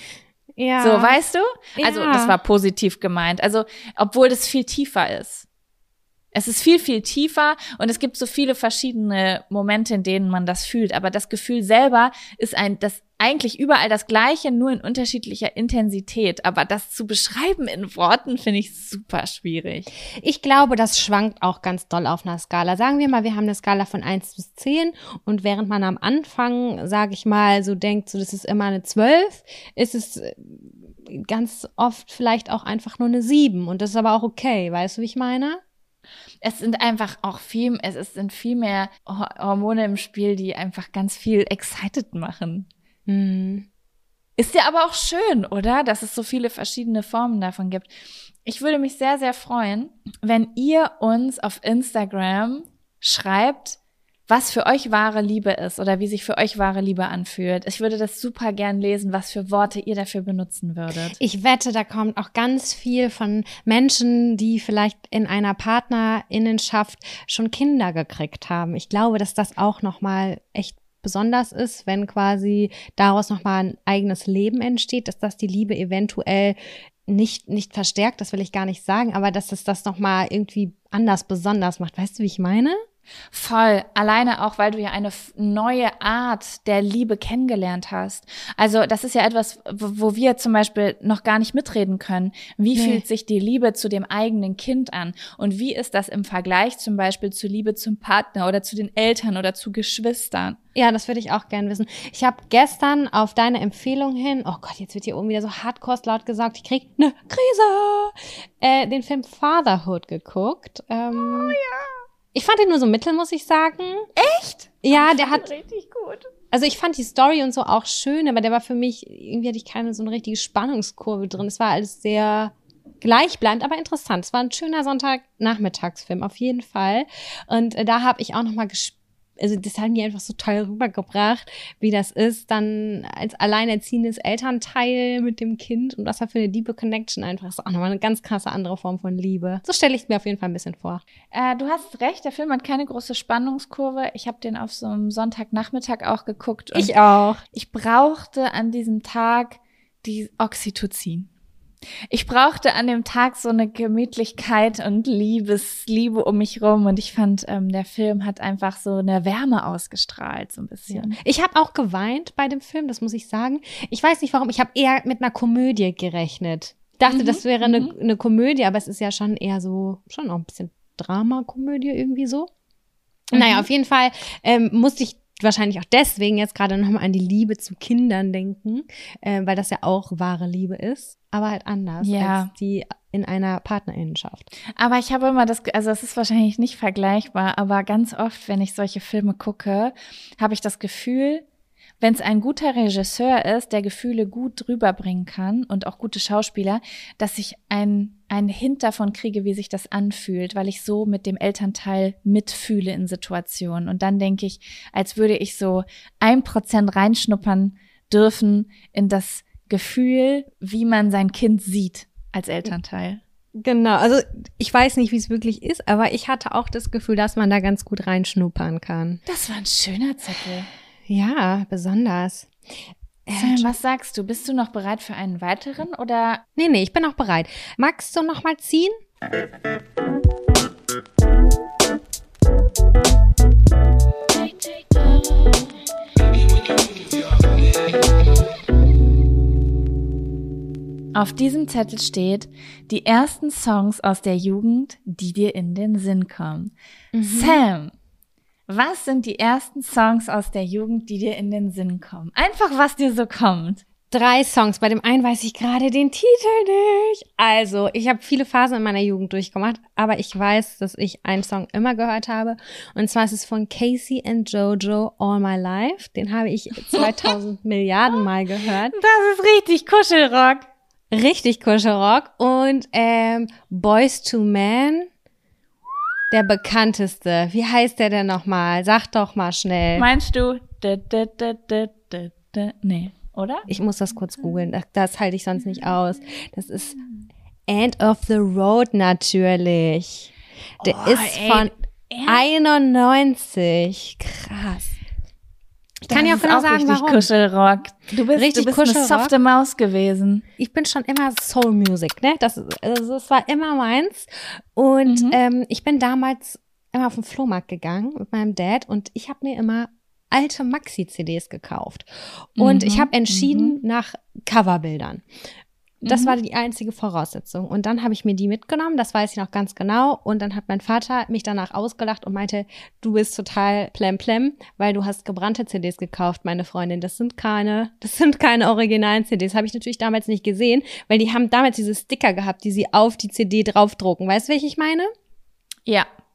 Ja. So, weißt du? Also, das war positiv gemeint. Also, obwohl das viel tiefer ist. Es ist viel, viel tiefer und es gibt so viele verschiedene Momente, in denen man das fühlt. Aber das Gefühl selber ist eigentlich überall das Gleiche, nur in unterschiedlicher Intensität. Aber das zu beschreiben in Worten finde ich super schwierig. Ich glaube, das schwankt auch ganz doll auf einer Skala. Sagen wir mal, wir haben eine Skala von 1 bis 10 und während man am Anfang, sage ich mal, so denkt, so das ist immer eine 12, ist es ganz oft vielleicht auch einfach nur eine 7 und das ist aber auch okay. Weißt du, wie ich meine? Es sind einfach auch sind viel mehr Hormone im Spiel, die einfach ganz viel excited machen. Ist ja aber auch schön, oder? Dass es so viele verschiedene Formen davon gibt. Ich würde mich sehr, sehr freuen, wenn ihr uns auf Instagram schreibt, was für euch wahre Liebe ist oder wie sich für euch wahre Liebe anfühlt. Ich würde das super gern lesen, was für Worte ihr dafür benutzen würdet. Ich wette, da kommt auch ganz viel von Menschen, die vielleicht in einer Partnerinnenschaft schon Kinder gekriegt haben. Ich glaube, dass das auch nochmal echt besonders ist, wenn quasi daraus nochmal ein eigenes Leben entsteht, dass das die Liebe eventuell nicht verstärkt, das will ich gar nicht sagen, aber dass es das nochmal irgendwie anders besonders macht. Weißt du, wie ich meine? Voll, alleine auch, weil du ja eine neue Art der Liebe kennengelernt hast. Also das ist ja etwas, wo wir zum Beispiel noch gar nicht mitreden können. Wie fühlt sich die Liebe zu dem eigenen Kind an? Und wie ist das im Vergleich zum Beispiel zur Liebe zum Partner oder zu den Eltern oder zu Geschwistern? Ja, das würde ich auch gern wissen. Ich habe gestern auf deine Empfehlung hin, oh Gott, jetzt wird hier oben wieder so hardcore laut gesagt, ich krieg eine Krise, den Film Fatherhood geguckt. Oh ja. Ich fand ihn nur so mittel, muss ich sagen. Echt? Ja, der hat richtig gut. Also ich fand die Story und so auch schön, aber der war für mich, irgendwie hatte ich keine so eine richtige Spannungskurve drin. Es war alles sehr gleichbleibend, aber interessant. Es war ein schöner Sonntagnachmittagsfilm, auf jeden Fall. Und da habe ich auch nochmal also das hat mir einfach so toll rübergebracht, wie das ist, dann als alleinerziehendes Elternteil mit dem Kind und was da für eine liebe Connection einfach ist. Auch nochmal eine ganz krasse andere Form von Liebe. So stelle ich es mir auf jeden Fall ein bisschen vor. Du hast recht, der Film hat keine große Spannungskurve. Ich habe den auf so einem Sonntagnachmittag auch geguckt. Und ich auch. Ich brauchte an diesem Tag die Oxytocin. Ich brauchte an dem Tag so eine Gemütlichkeit und Liebe um mich rum und ich fand, der Film hat einfach so eine Wärme ausgestrahlt, so ein bisschen. Ja. Ich habe auch geweint bei dem Film, das muss ich sagen. Ich weiß nicht warum, ich habe eher mit einer Komödie gerechnet. Dachte, das wäre eine Komödie, aber es ist ja schon eher so, schon auch ein bisschen Dramakomödie irgendwie so. Naja, auf jeden Fall musste ich wahrscheinlich auch deswegen jetzt gerade nochmal an die Liebe zu Kindern denken, weil das ja auch wahre Liebe ist, aber halt anders als die in einer Partnerinnenschaft. Aber ich habe immer also es ist wahrscheinlich nicht vergleichbar, aber ganz oft, wenn ich solche Filme gucke, habe ich das Gefühl, wenn es ein guter Regisseur ist, der Gefühle gut rüberbringen kann und auch gute Schauspieler, dass ich einen Hint davon kriege, wie sich das anfühlt, weil ich so mit dem Elternteil mitfühle in Situationen. Und dann denke ich, als würde ich so 1% reinschnuppern dürfen in das Gefühl, wie man sein Kind sieht als Elternteil. Genau, also ich weiß nicht, wie es wirklich ist, aber ich hatte auch das Gefühl, dass man da ganz gut reinschnuppern kann. Das war ein schöner Zettel. Ja, besonders. Was sagst du? Bist du noch bereit für einen weiteren oder? Nee, ich bin auch bereit. Magst du noch mal ziehen? Auf diesem Zettel steht, die ersten Songs aus der Jugend, die dir in den Sinn kommen. Sam, was sind die ersten Songs aus der Jugend, die dir in den Sinn kommen? Einfach, was dir so kommt. 3 Songs. Bei dem einen weiß ich gerade den Titel nicht. Also, ich habe viele Phasen in meiner Jugend durchgemacht, aber ich weiß, dass ich einen Song immer gehört habe. Und zwar ist es von Casey and Jojo, All My Life. Den habe ich 2000 Milliarden Mal gehört. Das ist richtig Kuschelrock. Richtig Kuschelrock. Und Boyz II Men. Der bekannteste. Wie heißt der denn nochmal? Sag doch mal schnell. Meinst du? Nee, oder? Ich muss das kurz googeln. Das halte ich sonst nicht aus. Das ist End of the Road natürlich. Der ist von 91. Krass. Ich kann ja auch genau sagen, warum. Kuschelrock. Du bist eine softe Maus gewesen. Ich bin schon immer Soul Music, ne? Das war immer meins. Und ich bin damals immer auf den Flohmarkt gegangen mit meinem Dad und ich habe mir immer alte Maxi-CDs gekauft. Und ich habe entschieden nach Coverbildern. Das war die einzige Voraussetzung. Und dann habe ich mir die mitgenommen, das weiß ich noch ganz genau. Und dann hat mein Vater mich danach ausgelacht und meinte, du bist total plem, weil du hast gebrannte CDs gekauft, meine Freundin. Das sind keine originalen CDs. Habe ich natürlich damals nicht gesehen, weil die haben damals diese Sticker gehabt, die sie auf die CD draufdrucken. Weißt du, welche ich meine? Ja.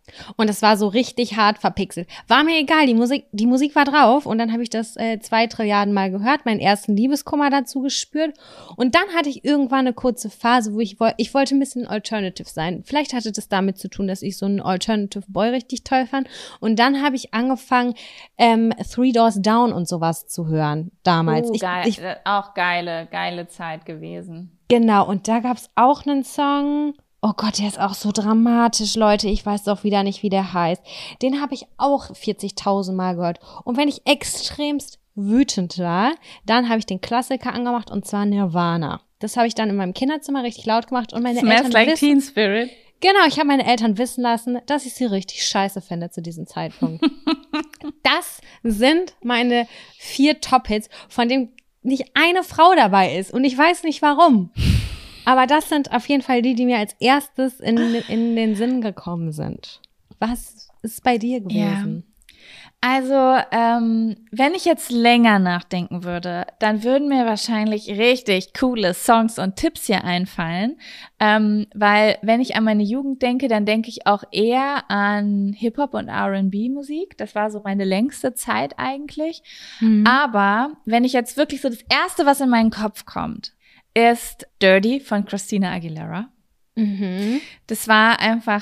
Und es war so richtig hart verpixelt. War mir egal, die Musik war drauf und dann habe ich das 2 Trilliarden Mal gehört, meinen ersten Liebeskummer dazu gespürt und dann hatte ich irgendwann eine kurze Phase, wo ich wollte ein bisschen Alternative sein. Vielleicht hatte das damit zu tun, dass ich so einen Alternative Boy richtig toll fand und dann habe ich angefangen, Three Doors Down und sowas zu hören damals. Auch geile Zeit gewesen. Genau, und da gab's auch einen Song. Oh Gott, der ist auch so dramatisch, Leute. Ich weiß doch wieder nicht, wie der heißt. Den habe ich auch 40.000 Mal gehört. Und wenn ich extremst wütend war, dann habe ich den Klassiker angemacht und zwar Nirvana. Das habe ich dann in meinem Kinderzimmer richtig laut gemacht und meine Smells Eltern like Teen Spirit. Genau, ich habe meine Eltern wissen lassen, dass ich sie richtig scheiße finde zu diesem Zeitpunkt. Das sind meine 4 Top-Hits, von denen nicht eine Frau dabei ist. Und ich weiß nicht warum. Aber das sind auf jeden Fall die mir als erstes in den Sinn gekommen sind. Was ist bei dir gewesen? Ja. Also, wenn ich jetzt länger nachdenken würde, dann würden mir wahrscheinlich richtig coole Songs und Tipps hier einfallen. Weil wenn ich an meine Jugend denke, dann denke ich auch eher an Hip-Hop und R&B-Musik. Das war so meine längste Zeit eigentlich. Mhm. Aber wenn ich jetzt wirklich so das Erste, was in meinen Kopf kommt, ist Dirty von Christina Aguilera. Mhm. Das war einfach,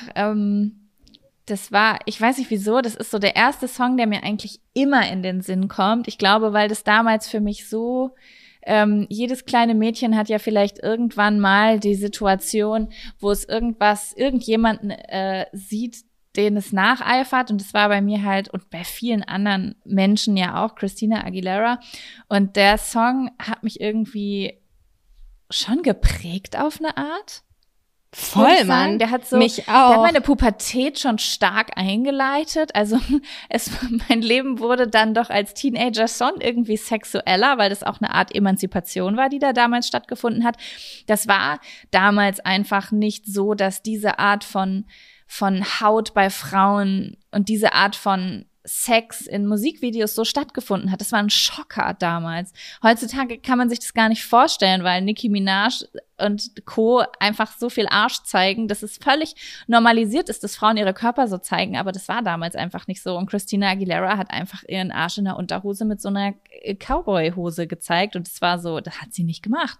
ich weiß nicht wieso, das ist so der erste Song, der mir eigentlich immer in den Sinn kommt. Ich glaube, weil das damals für mich so, jedes kleine Mädchen hat ja vielleicht irgendwann mal die Situation, wo es irgendjemanden sieht, den es nacheifert. Und das war bei mir halt und bei vielen anderen Menschen ja auch Christina Aguilera. Und der Song hat mich irgendwie schon geprägt auf eine Art. Voll, Mann. Der hat mich auch. Der hat meine Pubertät schon stark eingeleitet. Also mein Leben wurde dann doch als Teenager schon irgendwie sexueller, weil das auch eine Art Emanzipation war, die da damals stattgefunden hat. Das war damals einfach nicht so, dass diese Art von Haut bei Frauen und diese Art von Sex in Musikvideos so stattgefunden hat. Das war ein Schocker damals. Heutzutage kann man sich das gar nicht vorstellen, weil Nicki Minaj und Co. einfach so viel Arsch zeigen, dass es völlig normalisiert ist, dass Frauen ihre Körper so zeigen, aber das war damals einfach nicht so. Und Christina Aguilera hat einfach ihren Arsch in der Unterhose mit so einer Cowboy-Hose gezeigt und es war so, das hat sie nicht gemacht.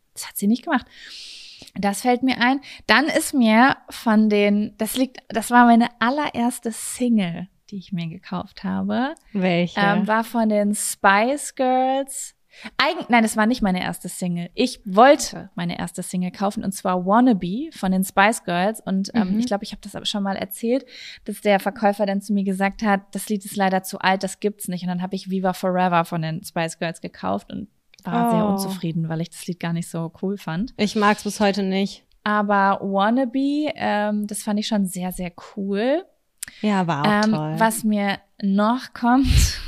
Das fällt mir ein. Dann ist mir das war meine allererste Single, die ich mir gekauft habe. Welche? War von den Spice Girls. Nein, das war nicht meine erste Single. Ich wollte meine erste Single kaufen und zwar Wannabe von den Spice Girls und ich glaube, ich habe das aber schon mal erzählt, dass der Verkäufer dann zu mir gesagt hat, das Lied ist leider zu alt, das gibt's nicht. Und dann habe ich Viva Forever von den Spice Girls gekauft und war sehr unzufrieden, weil ich das Lied gar nicht so cool fand. Ich mag's bis heute nicht. Aber Wannabe, das fand ich schon sehr, sehr cool. Ja, war auch toll. Was mir noch kommt,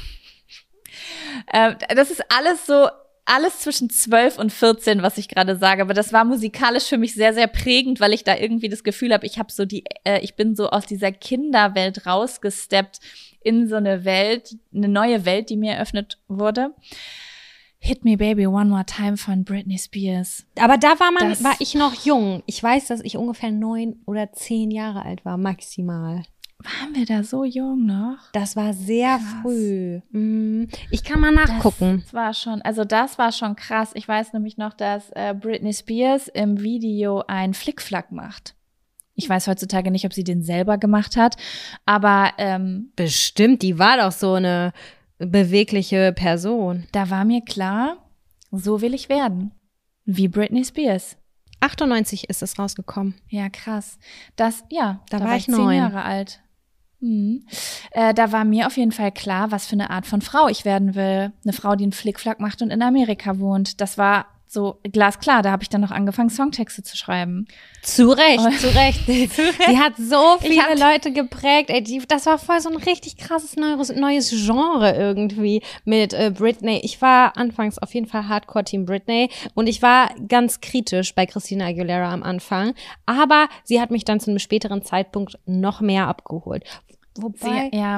das ist alles zwischen 12 und 14, was ich gerade sage, aber das war musikalisch für mich sehr, sehr prägend, weil ich da irgendwie das Gefühl habe, ich bin so aus dieser Kinderwelt rausgesteppt in so eine neue Welt, die mir eröffnet wurde. Hit Me Baby One More Time von Britney Spears. Aber da war ich noch jung. Ich weiß, dass ich ungefähr 9 oder 10 Jahre alt war, maximal. Waren wir da so jung noch? Das war sehr früh. Ich kann mal nachgucken. Das war schon krass. Ich weiß nämlich noch, dass Britney Spears im Video einen Flickflack macht. Ich weiß heutzutage nicht, ob sie den selber gemacht hat, aber bestimmt, die war doch so eine bewegliche Person. Da war mir klar, so will ich werden. Wie Britney Spears. 98 ist es rausgekommen. Ja, krass. Da war ich 9 Jahre alt. Da war mir auf jeden Fall klar, was für eine Art von Frau ich werden will. Eine Frau, die einen Flickflack macht und in Amerika wohnt. Das war so glasklar. Da habe ich dann noch angegenfangen, Songtexte zu schreiben. Zu Recht. Sie hat so viele Leute geprägt. Das war voll so ein richtig krasses neues Genre irgendwie mit Britney. Ich war anfangs auf jeden Fall Hardcore-Team Britney und ich war ganz kritisch bei Christina Aguilera am Anfang. Aber sie hat mich dann zu einem späteren Zeitpunkt noch mehr abgeholt. Wobei,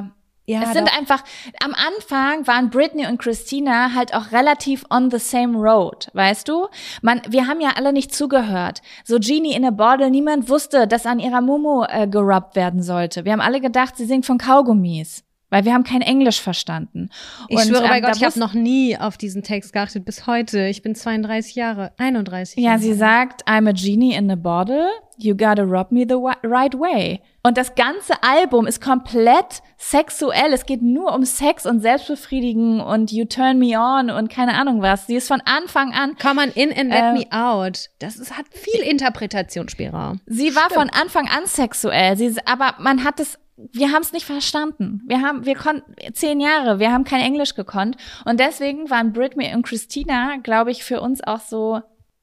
Ja, es sind einfach, am Anfang waren Britney und Christina halt auch relativ on the same road, weißt du? Wir haben ja alle nicht zugehört. So Genie in a Bottle, niemand wusste, dass an ihrer Mumu gerubbt werden sollte. Wir haben alle gedacht, sie singt von Kaugummis, weil wir haben kein Englisch verstanden. Ich schwöre bei Gott, ich habe noch nie auf diesen Text geachtet, bis heute. Ich bin 31 Jahre. Ja, sie sagt, I'm a genie in a bottle, you gotta rub me the right way. Und das ganze Album ist komplett sexuell. Es geht nur um Sex und Selbstbefriedigen und You Turn Me On und keine Ahnung was. Sie ist von Anfang an. Come on in and let me out. Hat viel Interpretationsspielraum. Sie war von Anfang an sexuell. Aber wir haben es nicht verstanden. Wir konnten 10 Jahre, wir haben kein Englisch gekonnt. Und deswegen waren Britney und Christina, glaube ich, für uns auch so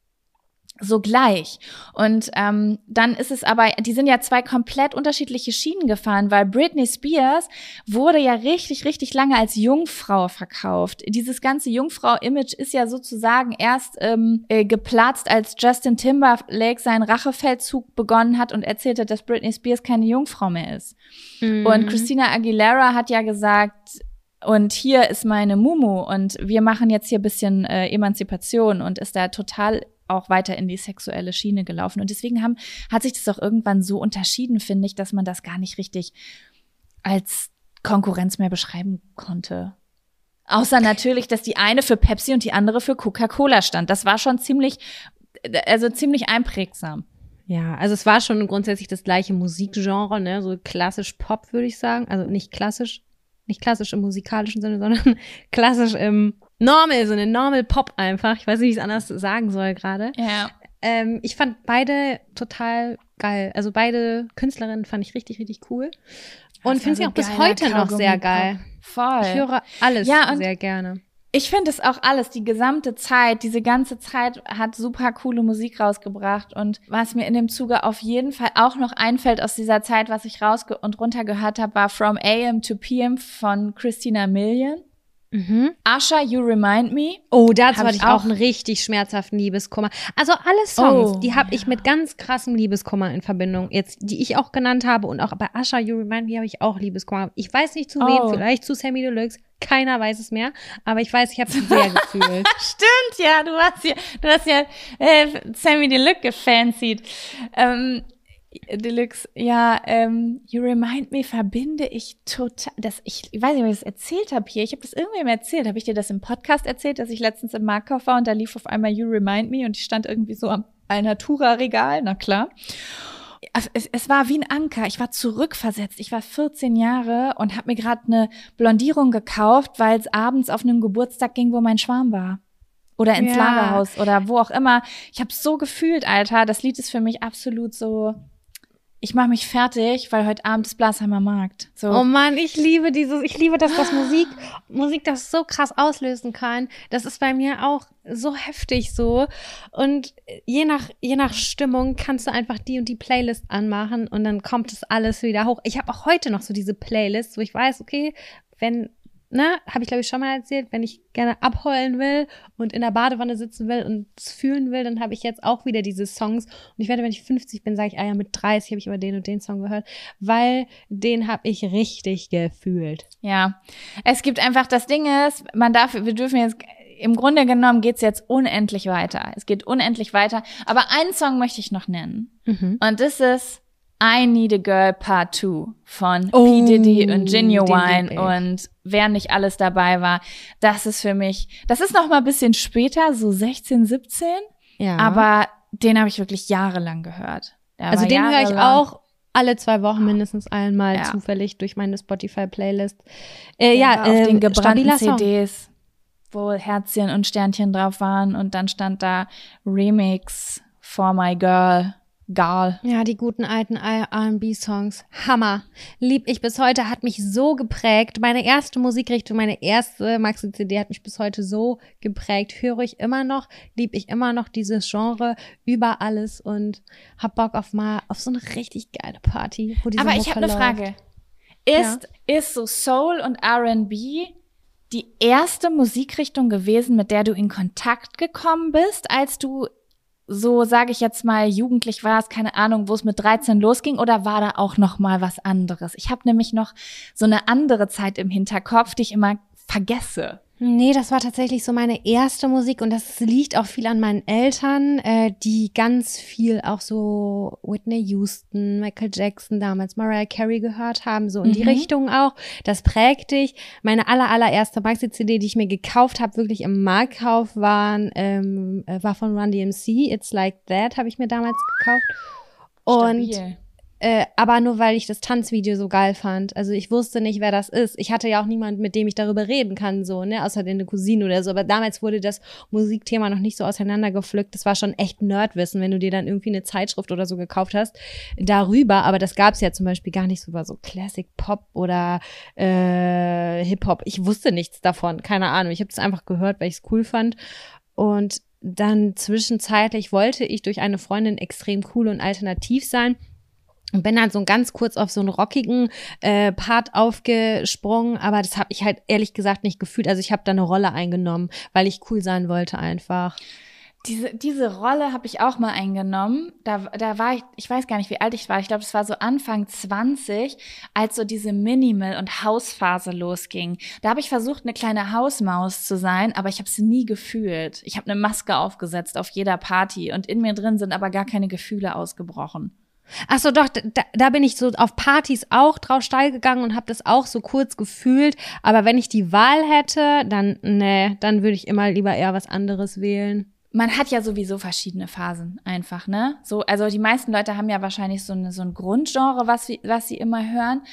gleich. Und dann ist es aber, die sind ja 2 komplett unterschiedliche Schienen gefahren, weil Britney Spears wurde ja richtig, richtig lange als Jungfrau verkauft. Dieses ganze Jungfrau-Image ist ja sozusagen erst geplatzt, als Justin Timberlake seinen Rachefeldzug begonnen hat und erzählte, dass Britney Spears keine Jungfrau mehr ist. Mhm. Und Christina Aguilera hat ja gesagt, und hier ist meine Mumu und wir machen jetzt hier ein bisschen Emanzipation und ist da total auch weiter in die sexuelle Schiene gelaufen. Und deswegen hat sich das auch irgendwann so unterschieden, finde ich, dass man das gar nicht richtig als Konkurrenz mehr beschreiben konnte. Außer natürlich, dass die eine für Pepsi und die andere für Coca-Cola stand. Das war schon ziemlich einprägsam. Ja, also es war schon grundsätzlich das gleiche Musikgenre, ne, so klassisch Pop, würde ich sagen. Also nicht klassisch im musikalischen Sinne, sondern klassisch im Normal Pop einfach. Ich weiß nicht, wie ich es anders sagen soll gerade. Ja. Ich fand beide total geil. Also beide Künstlerinnen fand ich richtig, richtig cool. Und finde sie auch bis heute noch sehr geil. Voll. Ich höre alles sehr gerne. Ich finde es auch alles, die gesamte Zeit, diese ganze Zeit hat super coole Musik rausgebracht. Und was mir in dem Zuge auf jeden Fall auch noch einfällt aus dieser Zeit, was ich raus und runter gehört habe, war From AM to PM von Christina Milian. Mhm. Usher, You Remind Me. Oh, dazu hatte ich auch einen richtig schmerzhaften Liebeskummer. Also alle Songs, die habe ich mit ganz krassem Liebeskummer in Verbindung. Jetzt, die ich auch genannt habe und auch bei Usher, You Remind Me habe ich auch Liebeskummer. Ich weiß nicht zu wen, vielleicht zu Sammy Deluxe. Keiner weiß es mehr, aber ich weiß, ich habe es sehr gefühlt. Stimmt, ja, du hast ja Sammy Deluxe gefancied. Deluxe, ja, You Remind Me verbinde ich total, ich weiß nicht, ob ich das erzählt habe hier, ich habe das irgendwem erzählt, habe ich dir das im Podcast erzählt, dass ich letztens im Marktkauf war und da lief auf einmal You Remind Me und ich stand irgendwie so am Alnatura-Regal, na klar. Es war wie ein Anker, ich war zurückversetzt, ich war 14 Jahre und habe mir gerade eine Blondierung gekauft, weil es abends auf einem Geburtstag ging, wo mein Schwarm war. Oder ins Lagerhaus oder wo auch immer. Ich habe so gefühlt, Alter, das Lied ist für mich absolut so, ich mache mich fertig, weil heute Abend ist Blasheimer Markt. So. Oh Mann, ich liebe dass Musik das so krass auslösen kann. Das ist bei mir auch so heftig so. Und je nach Stimmung kannst du einfach die und die Playlist anmachen und dann kommt das alles wieder hoch. Ich habe auch heute noch so diese Playlist, wo ich weiß, okay, habe ich glaube ich schon mal erzählt, wenn ich gerne abheulen will und in der Badewanne sitzen will und es fühlen will, dann habe ich jetzt auch wieder diese Songs und ich werde, wenn ich 50 bin, sage ich, mit 30 habe ich aber den und den Song gehört, weil den habe ich richtig gefühlt. Ja, es gibt einfach, das Ding ist, wir dürfen jetzt, im Grunde genommen geht's jetzt unendlich weiter. Es geht unendlich weiter, aber einen Song möchte ich noch nennen und das ist I Need a Girl Part 2 von P. Diddy und Genuine und wer nicht alles dabei war. Das ist für mich, das ist noch mal ein bisschen später, so 16, 17. Ja. Aber den habe ich wirklich jahrelang gehört. Also den höre ich auch alle 2 Wochen mindestens einmal zufällig durch meine Spotify-Playlist. Auf den gebrannten CDs, wo Herzchen und Sternchen drauf waren und dann stand da Remix for my girl. Ja, die guten alten R&B-Songs. Hammer. Lieb ich bis heute, hat mich so geprägt. Meine erste Musikrichtung, meine erste Maxi-CD hat mich bis heute so geprägt. Höre ich immer noch, lieb ich immer noch dieses Genre über alles und hab Bock auf so eine richtig geile Party. Aber ich habe eine Frage. Ist so Soul und R&B die erste Musikrichtung gewesen, mit der du in Kontakt gekommen bist, als du so, sage ich jetzt mal, jugendlich warst, keine Ahnung, wo es mit 13 losging, oder war da auch noch mal was anderes? Ich habe nämlich noch so eine andere Zeit im Hinterkopf, die ich immer vergesse. Nee, das war tatsächlich so meine erste Musik und das liegt auch viel an meinen Eltern, die ganz viel auch so Whitney Houston, Michael Jackson, damals Mariah Carey gehört haben, so in die Richtung auch. Das prägt dich. Meine allererste Maxi-CD, die ich mir gekauft habe, wirklich im Marktkauf war von Run DMC, It's Like That, habe ich mir damals gekauft. Und Stabil. aber nur, weil ich das Tanzvideo so geil fand. Also ich wusste nicht, wer das ist. Ich hatte ja auch niemanden, mit dem ich darüber reden kann, so, ne, außer eine Cousine oder so. Aber damals wurde das Musikthema noch nicht so auseinandergepflückt. Das war schon echt Nerdwissen, wenn du dir dann irgendwie eine Zeitschrift oder so gekauft hast, darüber. Aber das gab's ja zum Beispiel gar nicht so über so Classic Pop oder Hip-Hop. Ich wusste nichts davon, keine Ahnung. Ich habe das einfach gehört, weil ich es cool fand. Und dann zwischenzeitlich wollte ich durch eine Freundin extrem cool und alternativ sein. Und bin dann so ganz kurz auf so einen rockigen Part aufgesprungen, aber das habe ich halt ehrlich gesagt nicht gefühlt. Also ich habe da eine Rolle eingenommen, weil ich cool sein wollte einfach. Diese Rolle habe ich auch mal eingenommen. Da war ich weiß gar nicht, wie alt ich war. Ich glaube, das war so Anfang 20, als so diese Minimal- und Hausphase losging. Da habe ich versucht, eine kleine Hausmaus zu sein, aber ich habe es nie gefühlt. Ich habe eine Maske aufgesetzt auf jeder Party und in mir drin sind aber gar keine Gefühle ausgebrochen. Ach so, doch, da bin ich so auf Partys auch drauf steil gegangen und habe das auch so kurz gefühlt. Aber wenn ich die Wahl hätte, dann würde ich immer lieber eher was anderes wählen. Man hat ja sowieso verschiedene Phasen einfach, ne? So, also die meisten Leute haben ja wahrscheinlich so ein Grundgenre, was sie immer hören.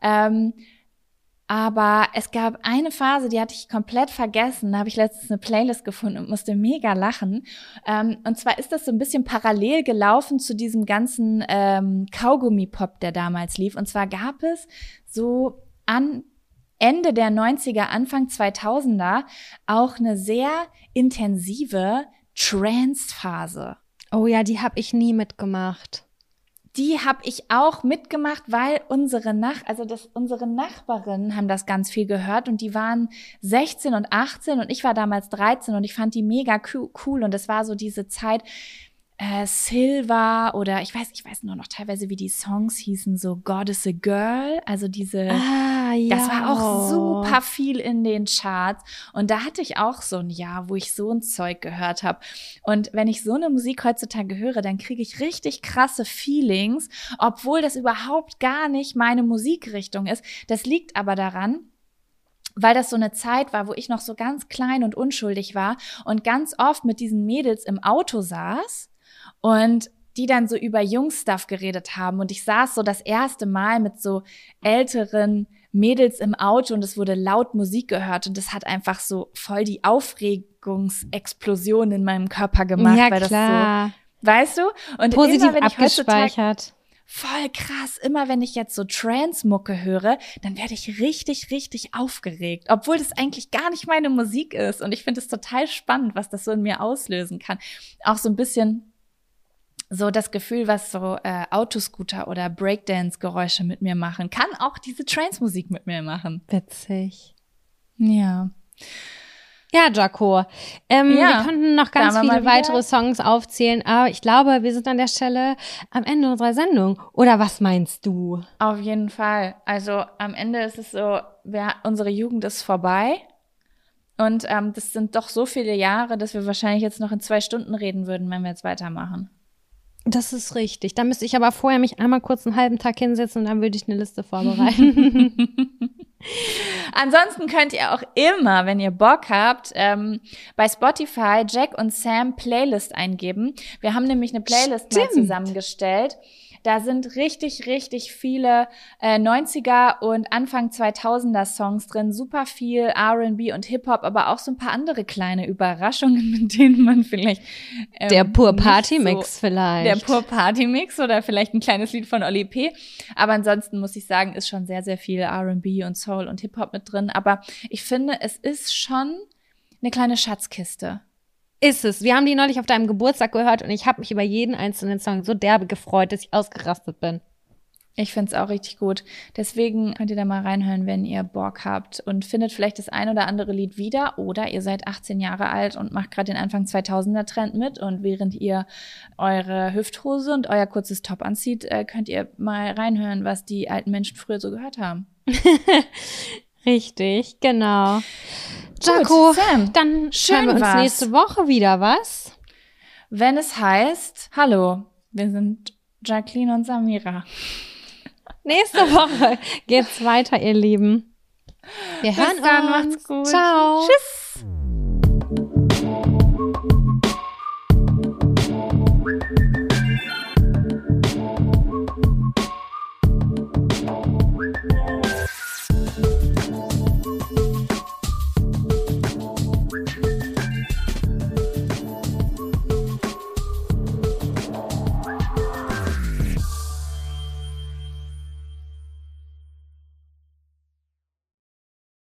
Aber es gab eine Phase, die hatte ich komplett vergessen. Da habe ich letztens eine Playlist gefunden und musste mega lachen. Und zwar ist das so ein bisschen parallel gelaufen zu diesem ganzen Kaugummi-Pop, der damals lief. Und zwar gab es so an Ende der 90er, Anfang 2000er auch eine sehr intensive Trance-Phase. Oh ja, die habe ich nie mitgemacht. Die habe ich auch mitgemacht, weil unsere Nachbarinnen haben das ganz viel gehört und die waren 16 und 18 und ich war damals 13 und ich fand die mega cool und das war so diese Zeit, Silva oder ich weiß nur noch teilweise, wie die Songs hießen, so God is a Girl, also diese, das war auch super viel in den Charts und da hatte ich auch so ein Jahr, wo ich so ein Zeug gehört habe und wenn ich so eine Musik heutzutage höre, dann kriege ich richtig krasse Feelings, obwohl das überhaupt gar nicht meine Musikrichtung ist. Das liegt aber daran, weil das so eine Zeit war, wo ich noch so ganz klein und unschuldig war und ganz oft mit diesen Mädels im Auto saß und die dann so über Jungstuff geredet haben. Und ich saß so das erste Mal mit so älteren Mädels im Auto und es wurde laut Musik gehört und das hat einfach so voll die Aufregungsexplosion in meinem Körper gemacht. Ja, weil klar. Das so, weißt du? Und positiv immer, wenn ich abgespeichert. Voll krass. Immer wenn ich jetzt so Trance-Mucke höre, dann werde ich richtig, richtig aufgeregt. Obwohl das eigentlich gar nicht meine Musik ist. Und ich finde es total spannend, was das so in mir auslösen kann. Auch so ein bisschen so das Gefühl, was so Autoscooter oder Breakdance-Geräusche mit mir machen, kann auch diese Trance-Musik mit mir machen. Witzig. Ja. Ja, Jaco. Wir könnten noch ganz viele weitere Songs aufzählen, aber ich glaube, wir sind an der Stelle am Ende unserer Sendung. Oder was meinst du? Auf jeden Fall. Also am Ende ist es so, unsere Jugend ist vorbei. Und das sind doch so viele Jahre, dass wir wahrscheinlich jetzt noch in 2 Stunden reden würden, wenn wir jetzt weitermachen. Das ist richtig. Da müsste ich aber vorher mich einmal kurz einen halben Tag hinsetzen und dann würde ich eine Liste vorbereiten. Ansonsten könnt ihr auch immer, wenn ihr Bock habt, bei Spotify Jack und Sam Playlist eingeben. Wir haben nämlich eine Playlist mal zusammengestellt. Da sind richtig, richtig viele 90er und Anfang 2000er Songs drin. Super viel R&B und Hip-Hop, aber auch so ein paar andere kleine Überraschungen, mit denen man vielleicht der Pur Party Mix vielleicht. Der Pur Party Mix oder vielleicht ein kleines Lied von Oli P. Aber ansonsten muss ich sagen, ist schon sehr, sehr viel R&B und Soul und Hip-Hop mit drin. Aber ich finde, es ist schon eine kleine Schatzkiste. Ist es. Wir haben die neulich auf deinem Geburtstag gehört und ich habe mich über jeden einzelnen Song so derbe gefreut, dass ich ausgerastet bin. Ich find's auch richtig gut. Deswegen könnt ihr da mal reinhören, wenn ihr Bock habt und findet vielleicht das ein oder andere Lied wieder oder ihr seid 18 Jahre alt und macht gerade den Anfang 2000er Trend mit und während ihr eure Hüfthose und euer kurzes Top anzieht, könnt ihr mal reinhören, was die alten Menschen früher so gehört haben. Richtig, genau. Jaco, Sam, dann hören wir uns nächste Woche wieder, was? Wenn es heißt, hallo, wir sind Jacqueline und Samira. Nächste Woche geht's weiter, ihr Lieben. Wir hören uns. Macht's gut. Ciao. Tschüss.